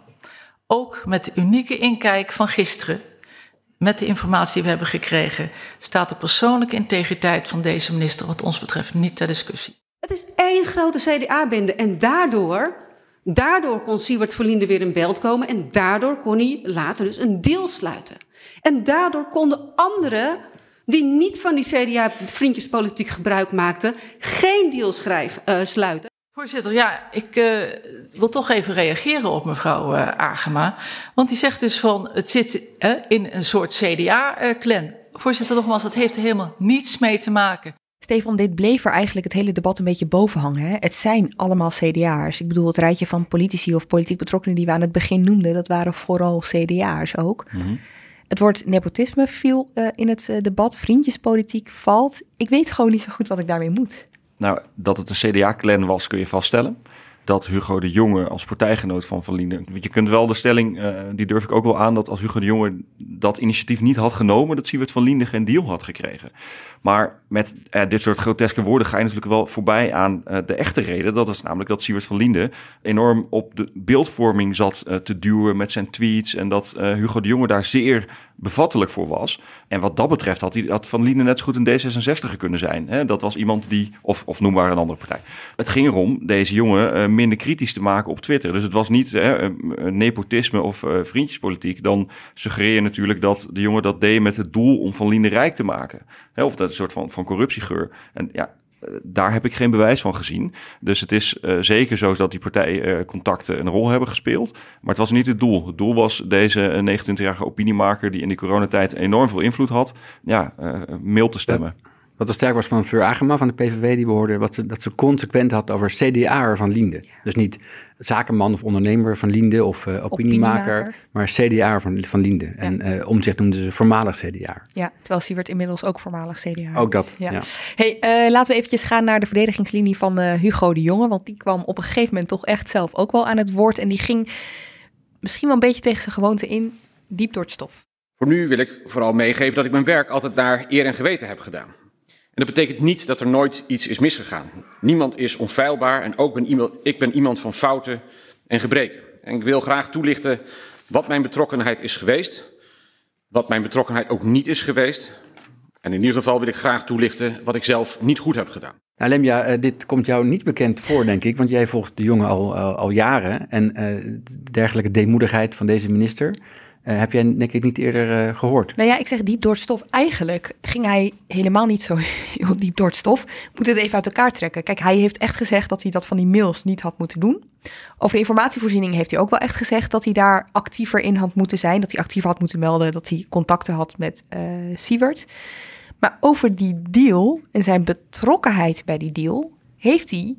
Ook met de unieke inkijk van gisteren, met de informatie die we hebben gekregen, staat de persoonlijke integriteit van deze minister wat ons betreft niet ter discussie. Het is één grote C D A-bende en daardoor... Daardoor kon Siewert van Liende weer in beeld komen en daardoor kon hij later dus een deal sluiten. En daardoor konden anderen die niet van die C D A-vriendjespolitiek gebruik maakten, geen deal schrijven, uh, sluiten. Voorzitter, ja, ik uh, wil toch even reageren op mevrouw uh, Agema. Want die zegt dus van, het zit uh, in een soort C D A-clan. Uh, Voorzitter, nogmaals, dat heeft er helemaal niets mee te maken. Stefan, dit bleef er eigenlijk het hele debat een beetje boven hangen. Hè? Het zijn allemaal C D A'ers. Ik bedoel, het rijtje van politici of politiek betrokkenen die we aan het begin noemden, dat waren vooral C D A'ers ook. Mm-hmm. Het woord nepotisme viel uh, in het uh, debat. Vriendjespolitiek valt. Ik weet gewoon niet zo goed wat ik daarmee moet. Nou, dat het een C D A-clan was, kun je vaststellen. Dat Hugo de Jonge als partijgenoot van Van Liende... Je kunt wel de stelling, uh, die durf ik ook wel aan, dat als Hugo de Jonge dat initiatief niet had genomen, dat Siewert van Liende geen deal had gekregen. Maar met uh, dit soort groteske woorden ga je natuurlijk wel voorbij aan uh, de echte reden. Dat is namelijk dat Siewert van Liende enorm op de beeldvorming zat uh, te duwen met zijn tweets. En dat uh, Hugo de Jonge daar zeer bevattelijk voor was. En wat dat betreft had, hij, had Van Liende net zo goed een D zesenzestiger kunnen zijn. Hè? Dat was iemand die, of, of noem maar een andere partij. Het ging erom deze jongen uh, minder kritisch te maken op Twitter. Dus het was niet uh, nepotisme of uh, vriendjespolitiek. Dan suggereer je natuurlijk dat de jongen dat deed met het doel om Van Liende rijk te maken. Hè? Of dat een soort van, van corruptiegeur. En ja, daar heb ik geen bewijs van gezien. Dus het is uh, zeker zo dat die partijcontacten uh, een rol hebben gespeeld. Maar het was niet het doel. Het doel was deze uh, negenentwintigjarige opiniemaker die in die coronatijd enorm veel invloed had, ja, uh, mild te stemmen. Ja. Wat er sterk was van Fleur Agema van de P V V, die we hoorden, wat ze, dat ze consequent had over C D A'er van Liende. Ja. Dus niet zakenman of ondernemer van Liende of uh, opiniemaker, opiniemaker, maar C D A'er van, van Liende. Ja. En uh, Omtzigt noemden ze voormalig C D A'er. Ja, terwijl Siewert inmiddels ook voormalig C D A'er. Ook dat, ja. ja. Hey, uh, laten we eventjes gaan naar de verdedigingslinie van uh, Hugo de Jonge, want die kwam op een gegeven moment toch echt zelf ook wel aan het woord. En die ging misschien wel een beetje tegen zijn gewoonte in, diep door het stof. Voor nu wil ik vooral meegeven dat ik mijn werk altijd naar eer en geweten heb gedaan. En dat betekent niet dat er nooit iets is misgegaan. Niemand is onfeilbaar en ook ben iemand, ik ben iemand van fouten en gebreken. En ik wil graag toelichten wat mijn betrokkenheid is geweest, wat mijn betrokkenheid ook niet is geweest. En in ieder geval wil ik graag toelichten wat ik zelf niet goed heb gedaan. Nou, Lemja, uh, dit komt jou niet bekend voor, denk ik, want jij volgt de jongen al, uh, al jaren. En uh, de dergelijke deemoedigheid van deze minister Uh, heb jij denk ik niet eerder uh, gehoord? Nou ja, ik zeg diep door het stof. Eigenlijk ging hij helemaal niet zo heel diep door het stof. Moet het even uit elkaar trekken. Kijk, hij heeft echt gezegd dat hij dat van die mails niet had moeten doen. Over de informatievoorziening heeft hij ook wel echt gezegd dat hij daar actiever in had moeten zijn. Dat hij actiever had moeten melden, dat hij contacten had met uh, Siewert. Maar over die deal en zijn betrokkenheid bij die deal heeft hij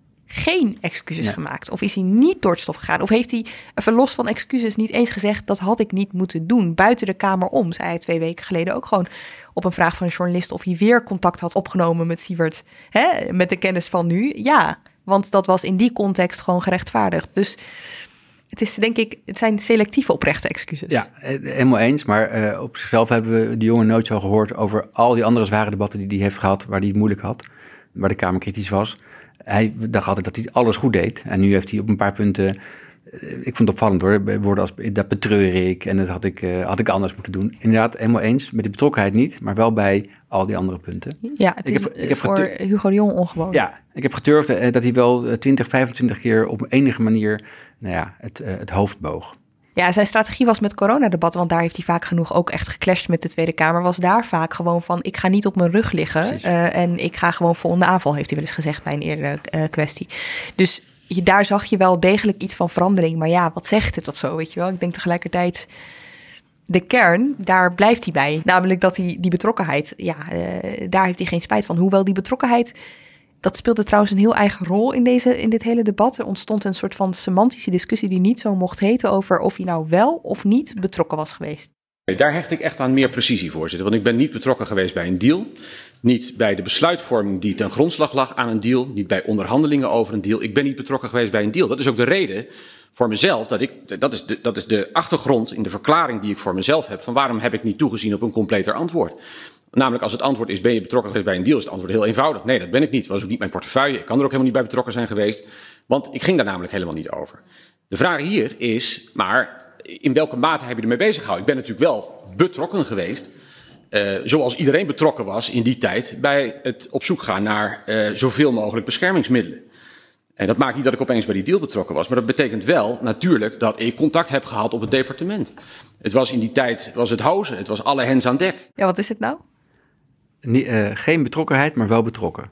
geen excuses ja. gemaakt. Of is hij niet door het stof gegaan. Of heeft hij, even los van excuses, niet eens gezegd, dat had ik niet moeten doen. Buiten de Kamer om, zei hij twee weken geleden ook gewoon op een vraag van een journalist of hij weer contact had opgenomen met Siewert. Hè, met de kennis van nu. Ja, want dat was in die context gewoon gerechtvaardigd. Dus het is denk ik, het zijn selectieve oprechte excuses. Ja, helemaal eens. Maar uh, op zichzelf hebben we die jongen nooit zo gehoord over al die andere zware debatten die hij heeft gehad, waar hij het moeilijk had, waar de Kamer kritisch was. Hij dacht altijd dat hij alles goed deed. En nu heeft hij op een paar punten, ik vond het opvallend hoor, woorden als dat betreur ik en dat had ik, uh, had ik anders moeten doen. Inderdaad, helemaal eens. Met die betrokkenheid niet, maar wel bij al die andere punten. Ja, het ik is heb, ik heb voor getur- Hugo de Jonge ongewoon. Ja, ik heb geturfd uh, dat hij wel twintig, vijfentwintig keer op enige manier nou ja, het, uh, het hoofd boog. Ja, zijn strategie was met coronadebatten, want daar heeft hij vaak genoeg ook echt geclashed met de Tweede Kamer, was daar vaak gewoon van, ik ga niet op mijn rug liggen uh, en ik ga gewoon vol in de aanval, heeft hij wel eens gezegd bij een eerdere uh, kwestie. Dus je, daar zag je wel degelijk iets van verandering. Maar ja, wat zegt het of zo, weet je wel? Ik denk tegelijkertijd, de kern, daar blijft hij bij. Namelijk dat hij die betrokkenheid, ja, uh, daar heeft hij geen spijt van. Hoewel die betrokkenheid, dat speelde trouwens een heel eigen rol in, deze, in dit hele debat. Er ontstond een soort van semantische discussie die niet zo mocht heten over of hij nou wel of niet betrokken was geweest. Daar hecht ik echt aan meer precisie, voorzitter. Want ik ben niet betrokken geweest bij een deal. Niet bij de besluitvorming die ten grondslag lag aan een deal. Niet bij onderhandelingen over een deal. Ik ben niet betrokken geweest bij een deal. Dat is ook de reden voor mezelf. Dat, ik, dat, is de, dat is de achtergrond in de verklaring die ik voor mezelf heb. Van waarom heb ik niet toegezien op een completer antwoord. Namelijk als het antwoord is, ben je betrokken geweest bij een deal? Is het antwoord heel eenvoudig. Nee, dat ben ik niet. Dat was ook niet mijn portefeuille. Ik kan er ook helemaal niet bij betrokken zijn geweest. Want ik ging daar namelijk helemaal niet over. De vraag hier is, maar in welke mate heb je ermee bezig gehouden? Ik ben natuurlijk wel betrokken geweest, uh, zoals iedereen betrokken was in die tijd, bij het op zoek gaan naar uh, zoveel mogelijk beschermingsmiddelen. En dat maakt niet dat ik opeens bij die deal betrokken was, maar dat betekent wel natuurlijk dat ik contact heb gehad op het departement. Het was in die tijd, was het hozen, het was alle hens aan dek. Ja, wat is het nou? Nie, uh, geen betrokkenheid, maar wel betrokken.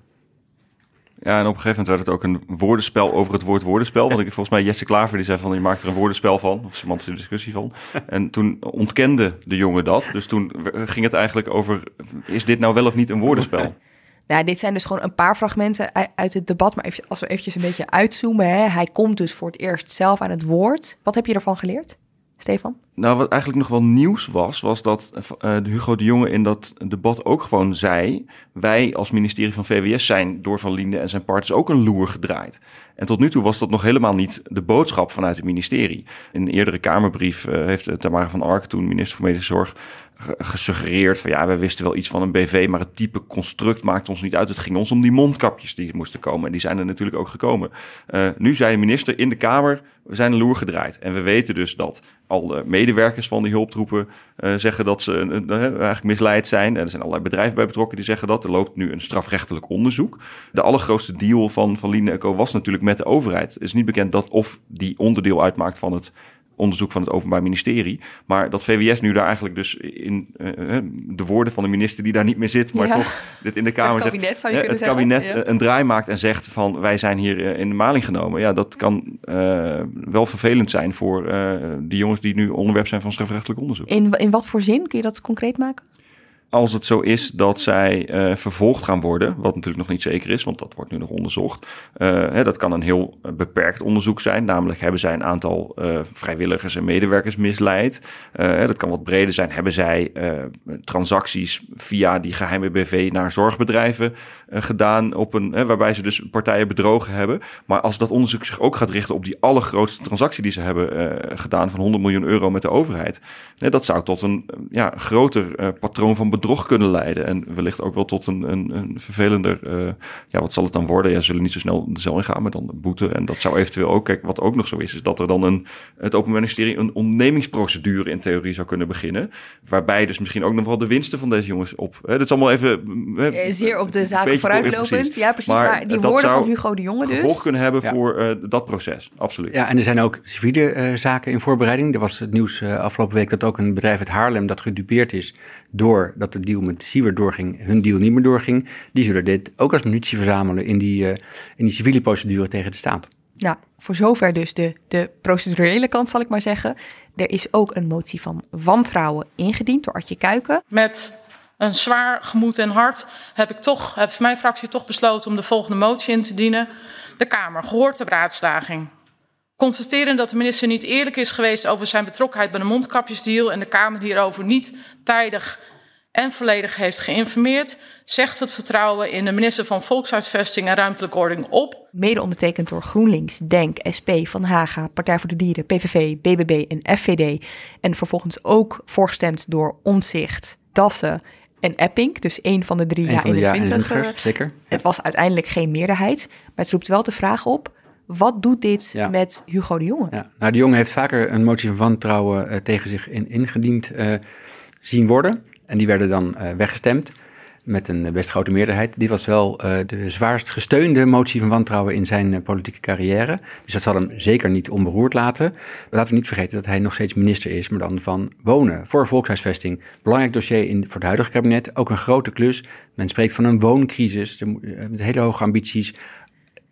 Ja, en op een gegeven moment werd het ook een woordenspel over het woord woordenspel. Want ik volgens mij Jesse Klaver die zei van, je maakt er een woordenspel van. Of semantische discussie van. En toen ontkende de jongen dat. Dus toen ging het eigenlijk over, is dit nou wel of niet een woordenspel? Nou, dit zijn dus gewoon een paar fragmenten uit het debat. Maar even, als we eventjes een beetje uitzoomen. Hè. Hij komt dus voor het eerst zelf aan het woord. Wat heb je ervan geleerd, Stefan? Nou, wat eigenlijk nog wel nieuws was, was dat uh, Hugo de Jonge in dat debat ook gewoon zei, wij als ministerie van V W S zijn door Van Liende en zijn partners ook een loer gedraaid. En tot nu toe was dat nog helemaal niet de boodschap vanuit het ministerie. In een eerdere Kamerbrief uh, heeft Tamara van Ark, toen minister van Medische Zorg, gesuggereerd van ja, wij wisten wel iets van een B V, maar het type construct maakt ons niet uit. Het ging ons om die mondkapjes die moesten komen. En die zijn er natuurlijk ook gekomen. Uh, nu zei de minister in de Kamer, we zijn een loer gedraaid. En we weten dus dat al de medewerkers van die hulptroepen uh, zeggen dat ze uh, uh, eigenlijk misleid zijn. En er zijn allerlei bedrijven bij betrokken die zeggen dat. Er loopt nu een strafrechtelijk onderzoek. De allergrootste deal van Van Liende en Co was natuurlijk met de overheid. Het is niet bekend dat of die onderdeel uitmaakt van het onderzoek van het Openbaar Ministerie. Maar dat V W S nu daar eigenlijk dus in uh, de woorden van de minister die daar niet meer zit, maar ja. toch dit in de Kamer het kabinet, zegt, zou je uh, kunnen het kabinet zeggen. Ja. een draai maakt en zegt van wij zijn hier uh, in de maling genomen. Ja, dat kan uh, wel vervelend zijn voor uh, die jongens die nu onderwerp zijn van strafrechtelijk onderzoek. In, in wat voor zin? Kun je dat concreet maken? Als het zo is dat zij uh, vervolgd gaan worden, wat natuurlijk nog niet zeker is, want dat wordt nu nog onderzocht. Uh, hè, dat kan een heel beperkt onderzoek zijn. Namelijk hebben zij een aantal uh, vrijwilligers en medewerkers misleid. Uh, dat kan wat breder zijn. Hebben zij uh, transacties via die geheime B V naar zorgbedrijven uh, gedaan, op een, uh, waarbij ze dus partijen bedrogen hebben. Maar als dat onderzoek zich ook gaat richten op die allergrootste transactie die ze hebben uh, gedaan van honderd miljoen euro met de overheid. Uh, dat zou tot een uh, ja, groter uh, patroon van bedrog kunnen leiden. En wellicht ook wel tot een, een, een vervelender, uh, ja, wat zal het dan worden? Ja, ze zullen niet zo snel de cel ingaan, maar dan een boete. En dat zou eventueel ook, kijk, wat ook nog zo is, is dat er dan een, het Openbaar Ministerie een ondernemingsprocedure in theorie zou kunnen beginnen. Waarbij dus misschien ook nog wel de winsten van deze jongens op. Hè, dat is allemaal even. Hè, Zeer op de zaken vooruitlopend. Ja, precies. Ja, precies. Maar, maar die woorden van Hugo de Jonge dus. Gevolg kunnen hebben ja. voor uh, dat proces, absoluut. Ja, en er zijn ook civiele uh, zaken in voorbereiding. Er was het nieuws uh, afgelopen week dat ook een bedrijf uit Haarlem dat gedupeerd is door dat de deal met Siewert doorging, hun deal niet meer doorging. Die zullen dit ook als munitie verzamelen in die, uh, in die civiele procedure tegen de staat. Nou, voor zover dus de, de procedurele kant, zal ik maar zeggen. Er is ook een motie van wantrouwen ingediend door Artje Kuiken. Met een zwaar gemoed en hart heb ik toch, heb mijn fractie toch besloten om de volgende motie in te dienen. De Kamer, gehoord de beraadslaging. Constateren dat de minister niet eerlijk is geweest over zijn betrokkenheid bij de mondkapjesdeal en de Kamer hierover niet tijdig en volledig heeft geïnformeerd, zegt het vertrouwen in de minister van Volkshuisvesting en Ruimtelijke Ordening op. Mede ondertekend door GroenLinks, DENK, S P, Van Haga, Partij voor de Dieren, P V V, B B B en F V D. En vervolgens ook voorgestemd door Omtzigt, Dassen en Epping. Dus één van de drie ja eenentwintig. Zeker. Het was uiteindelijk geen meerderheid, maar het roept wel de vraag op, wat doet dit ja. met Hugo de Jonge? Ja. Nou, de Jonge heeft vaker een motie van wantrouwen uh, tegen zich in, ingediend uh, zien worden. En die werden dan uh, weggestemd met een best grote meerderheid. Dit was wel uh, de zwaarst gesteunde motie van wantrouwen in zijn uh, politieke carrière. Dus dat zal hem zeker niet onberoerd laten. Laten we niet vergeten dat hij nog steeds minister is, maar dan van Wonen voor volkshuisvesting. Belangrijk dossier in, voor het huidige kabinet. Ook een grote klus. Men spreekt van een wooncrisis met hele hoge ambities.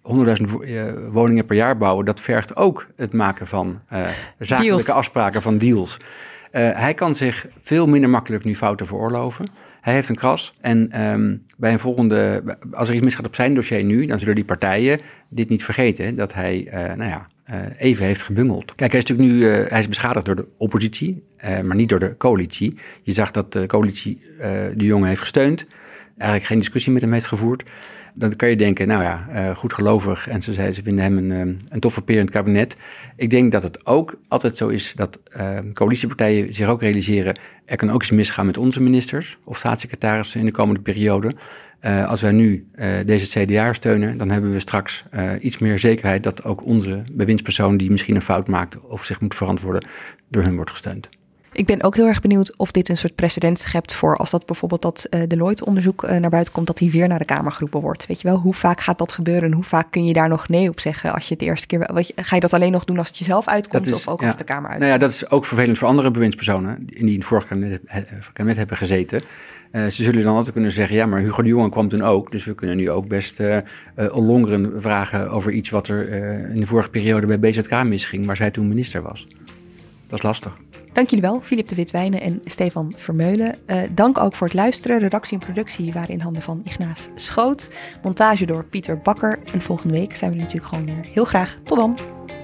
honderdduizend uh, woningen per jaar bouwen, dat vergt ook het maken van uh, zakelijke deals. afspraken, van deals. Uh, hij kan zich veel minder makkelijk nu fouten veroorloven. Hij heeft een kras en um, bij een volgende, als er iets misgaat op zijn dossier nu, dan zullen die partijen dit niet vergeten, dat hij, uh, nou ja, uh, even heeft gebungeld. Kijk, hij is natuurlijk nu, uh, hij is beschadigd door de oppositie, uh, maar niet door de coalitie. Je zag dat de coalitie uh, de jongen heeft gesteund, eigenlijk geen discussie met hem heeft gevoerd. Dan kan je denken, nou ja, uh, goed gelovig. En ze zei, ze vinden hem een, um, een tof verperend kabinet. Ik denk dat het ook altijd zo is dat uh, coalitiepartijen zich ook realiseren, er kan ook eens misgaan met onze ministers of staatssecretarissen in de komende periode. Uh, als wij nu uh, deze C D A steunen, dan hebben we straks uh, iets meer zekerheid dat ook onze bewindspersoon die misschien een fout maakt of zich moet verantwoorden, door hen wordt gesteund. Ik ben ook heel erg benieuwd of dit een soort precedent schept voor als dat bijvoorbeeld dat uh, Deloitte-onderzoek uh, naar buiten komt, dat hij weer naar de Kamer geroepen wordt. Weet je wel, hoe vaak gaat dat gebeuren en hoe vaak kun je daar nog nee op zeggen als je het de eerste keer... Weet je, ga je dat alleen nog doen als het jezelf uitkomt is, of ook ja, als de Kamer uitkomt? Nou ja, dat is ook vervelend voor andere bewindspersonen die in het vorige kabinet, kabinet hebben gezeten. Uh, ze zullen dan altijd kunnen zeggen, ja, maar Hugo de Jonge kwam toen ook, dus we kunnen nu ook best uh, uh, Ollongren vragen over iets wat er uh, in de vorige periode bij B Z K misging, waar zij toen minister was. Dat is lastig. Dank jullie wel, Philip de Witwijnen en Stefan Vermeulen. Uh, dank ook voor het luisteren. Redactie en productie waren in handen van Ignaas Schoot. Montage door Pieter Bakker. En volgende week zijn we natuurlijk gewoon weer heel graag. Tot dan.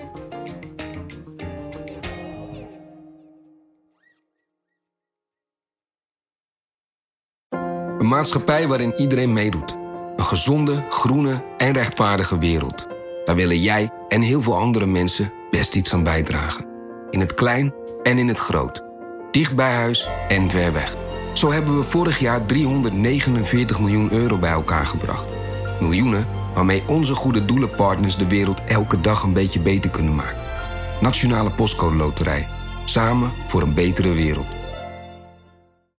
Een maatschappij waarin iedereen meedoet. Een gezonde, groene en rechtvaardige wereld. Daar willen jij en heel veel andere mensen best iets aan bijdragen. In het klein en in het groot. Dicht bij huis en ver weg. Zo hebben we vorig jaar driehonderdnegenenveertig miljoen euro bij elkaar gebracht. Miljoenen waarmee onze goede doelenpartners de wereld elke dag een beetje beter kunnen maken. Nationale Postcode Loterij. Samen voor een betere wereld.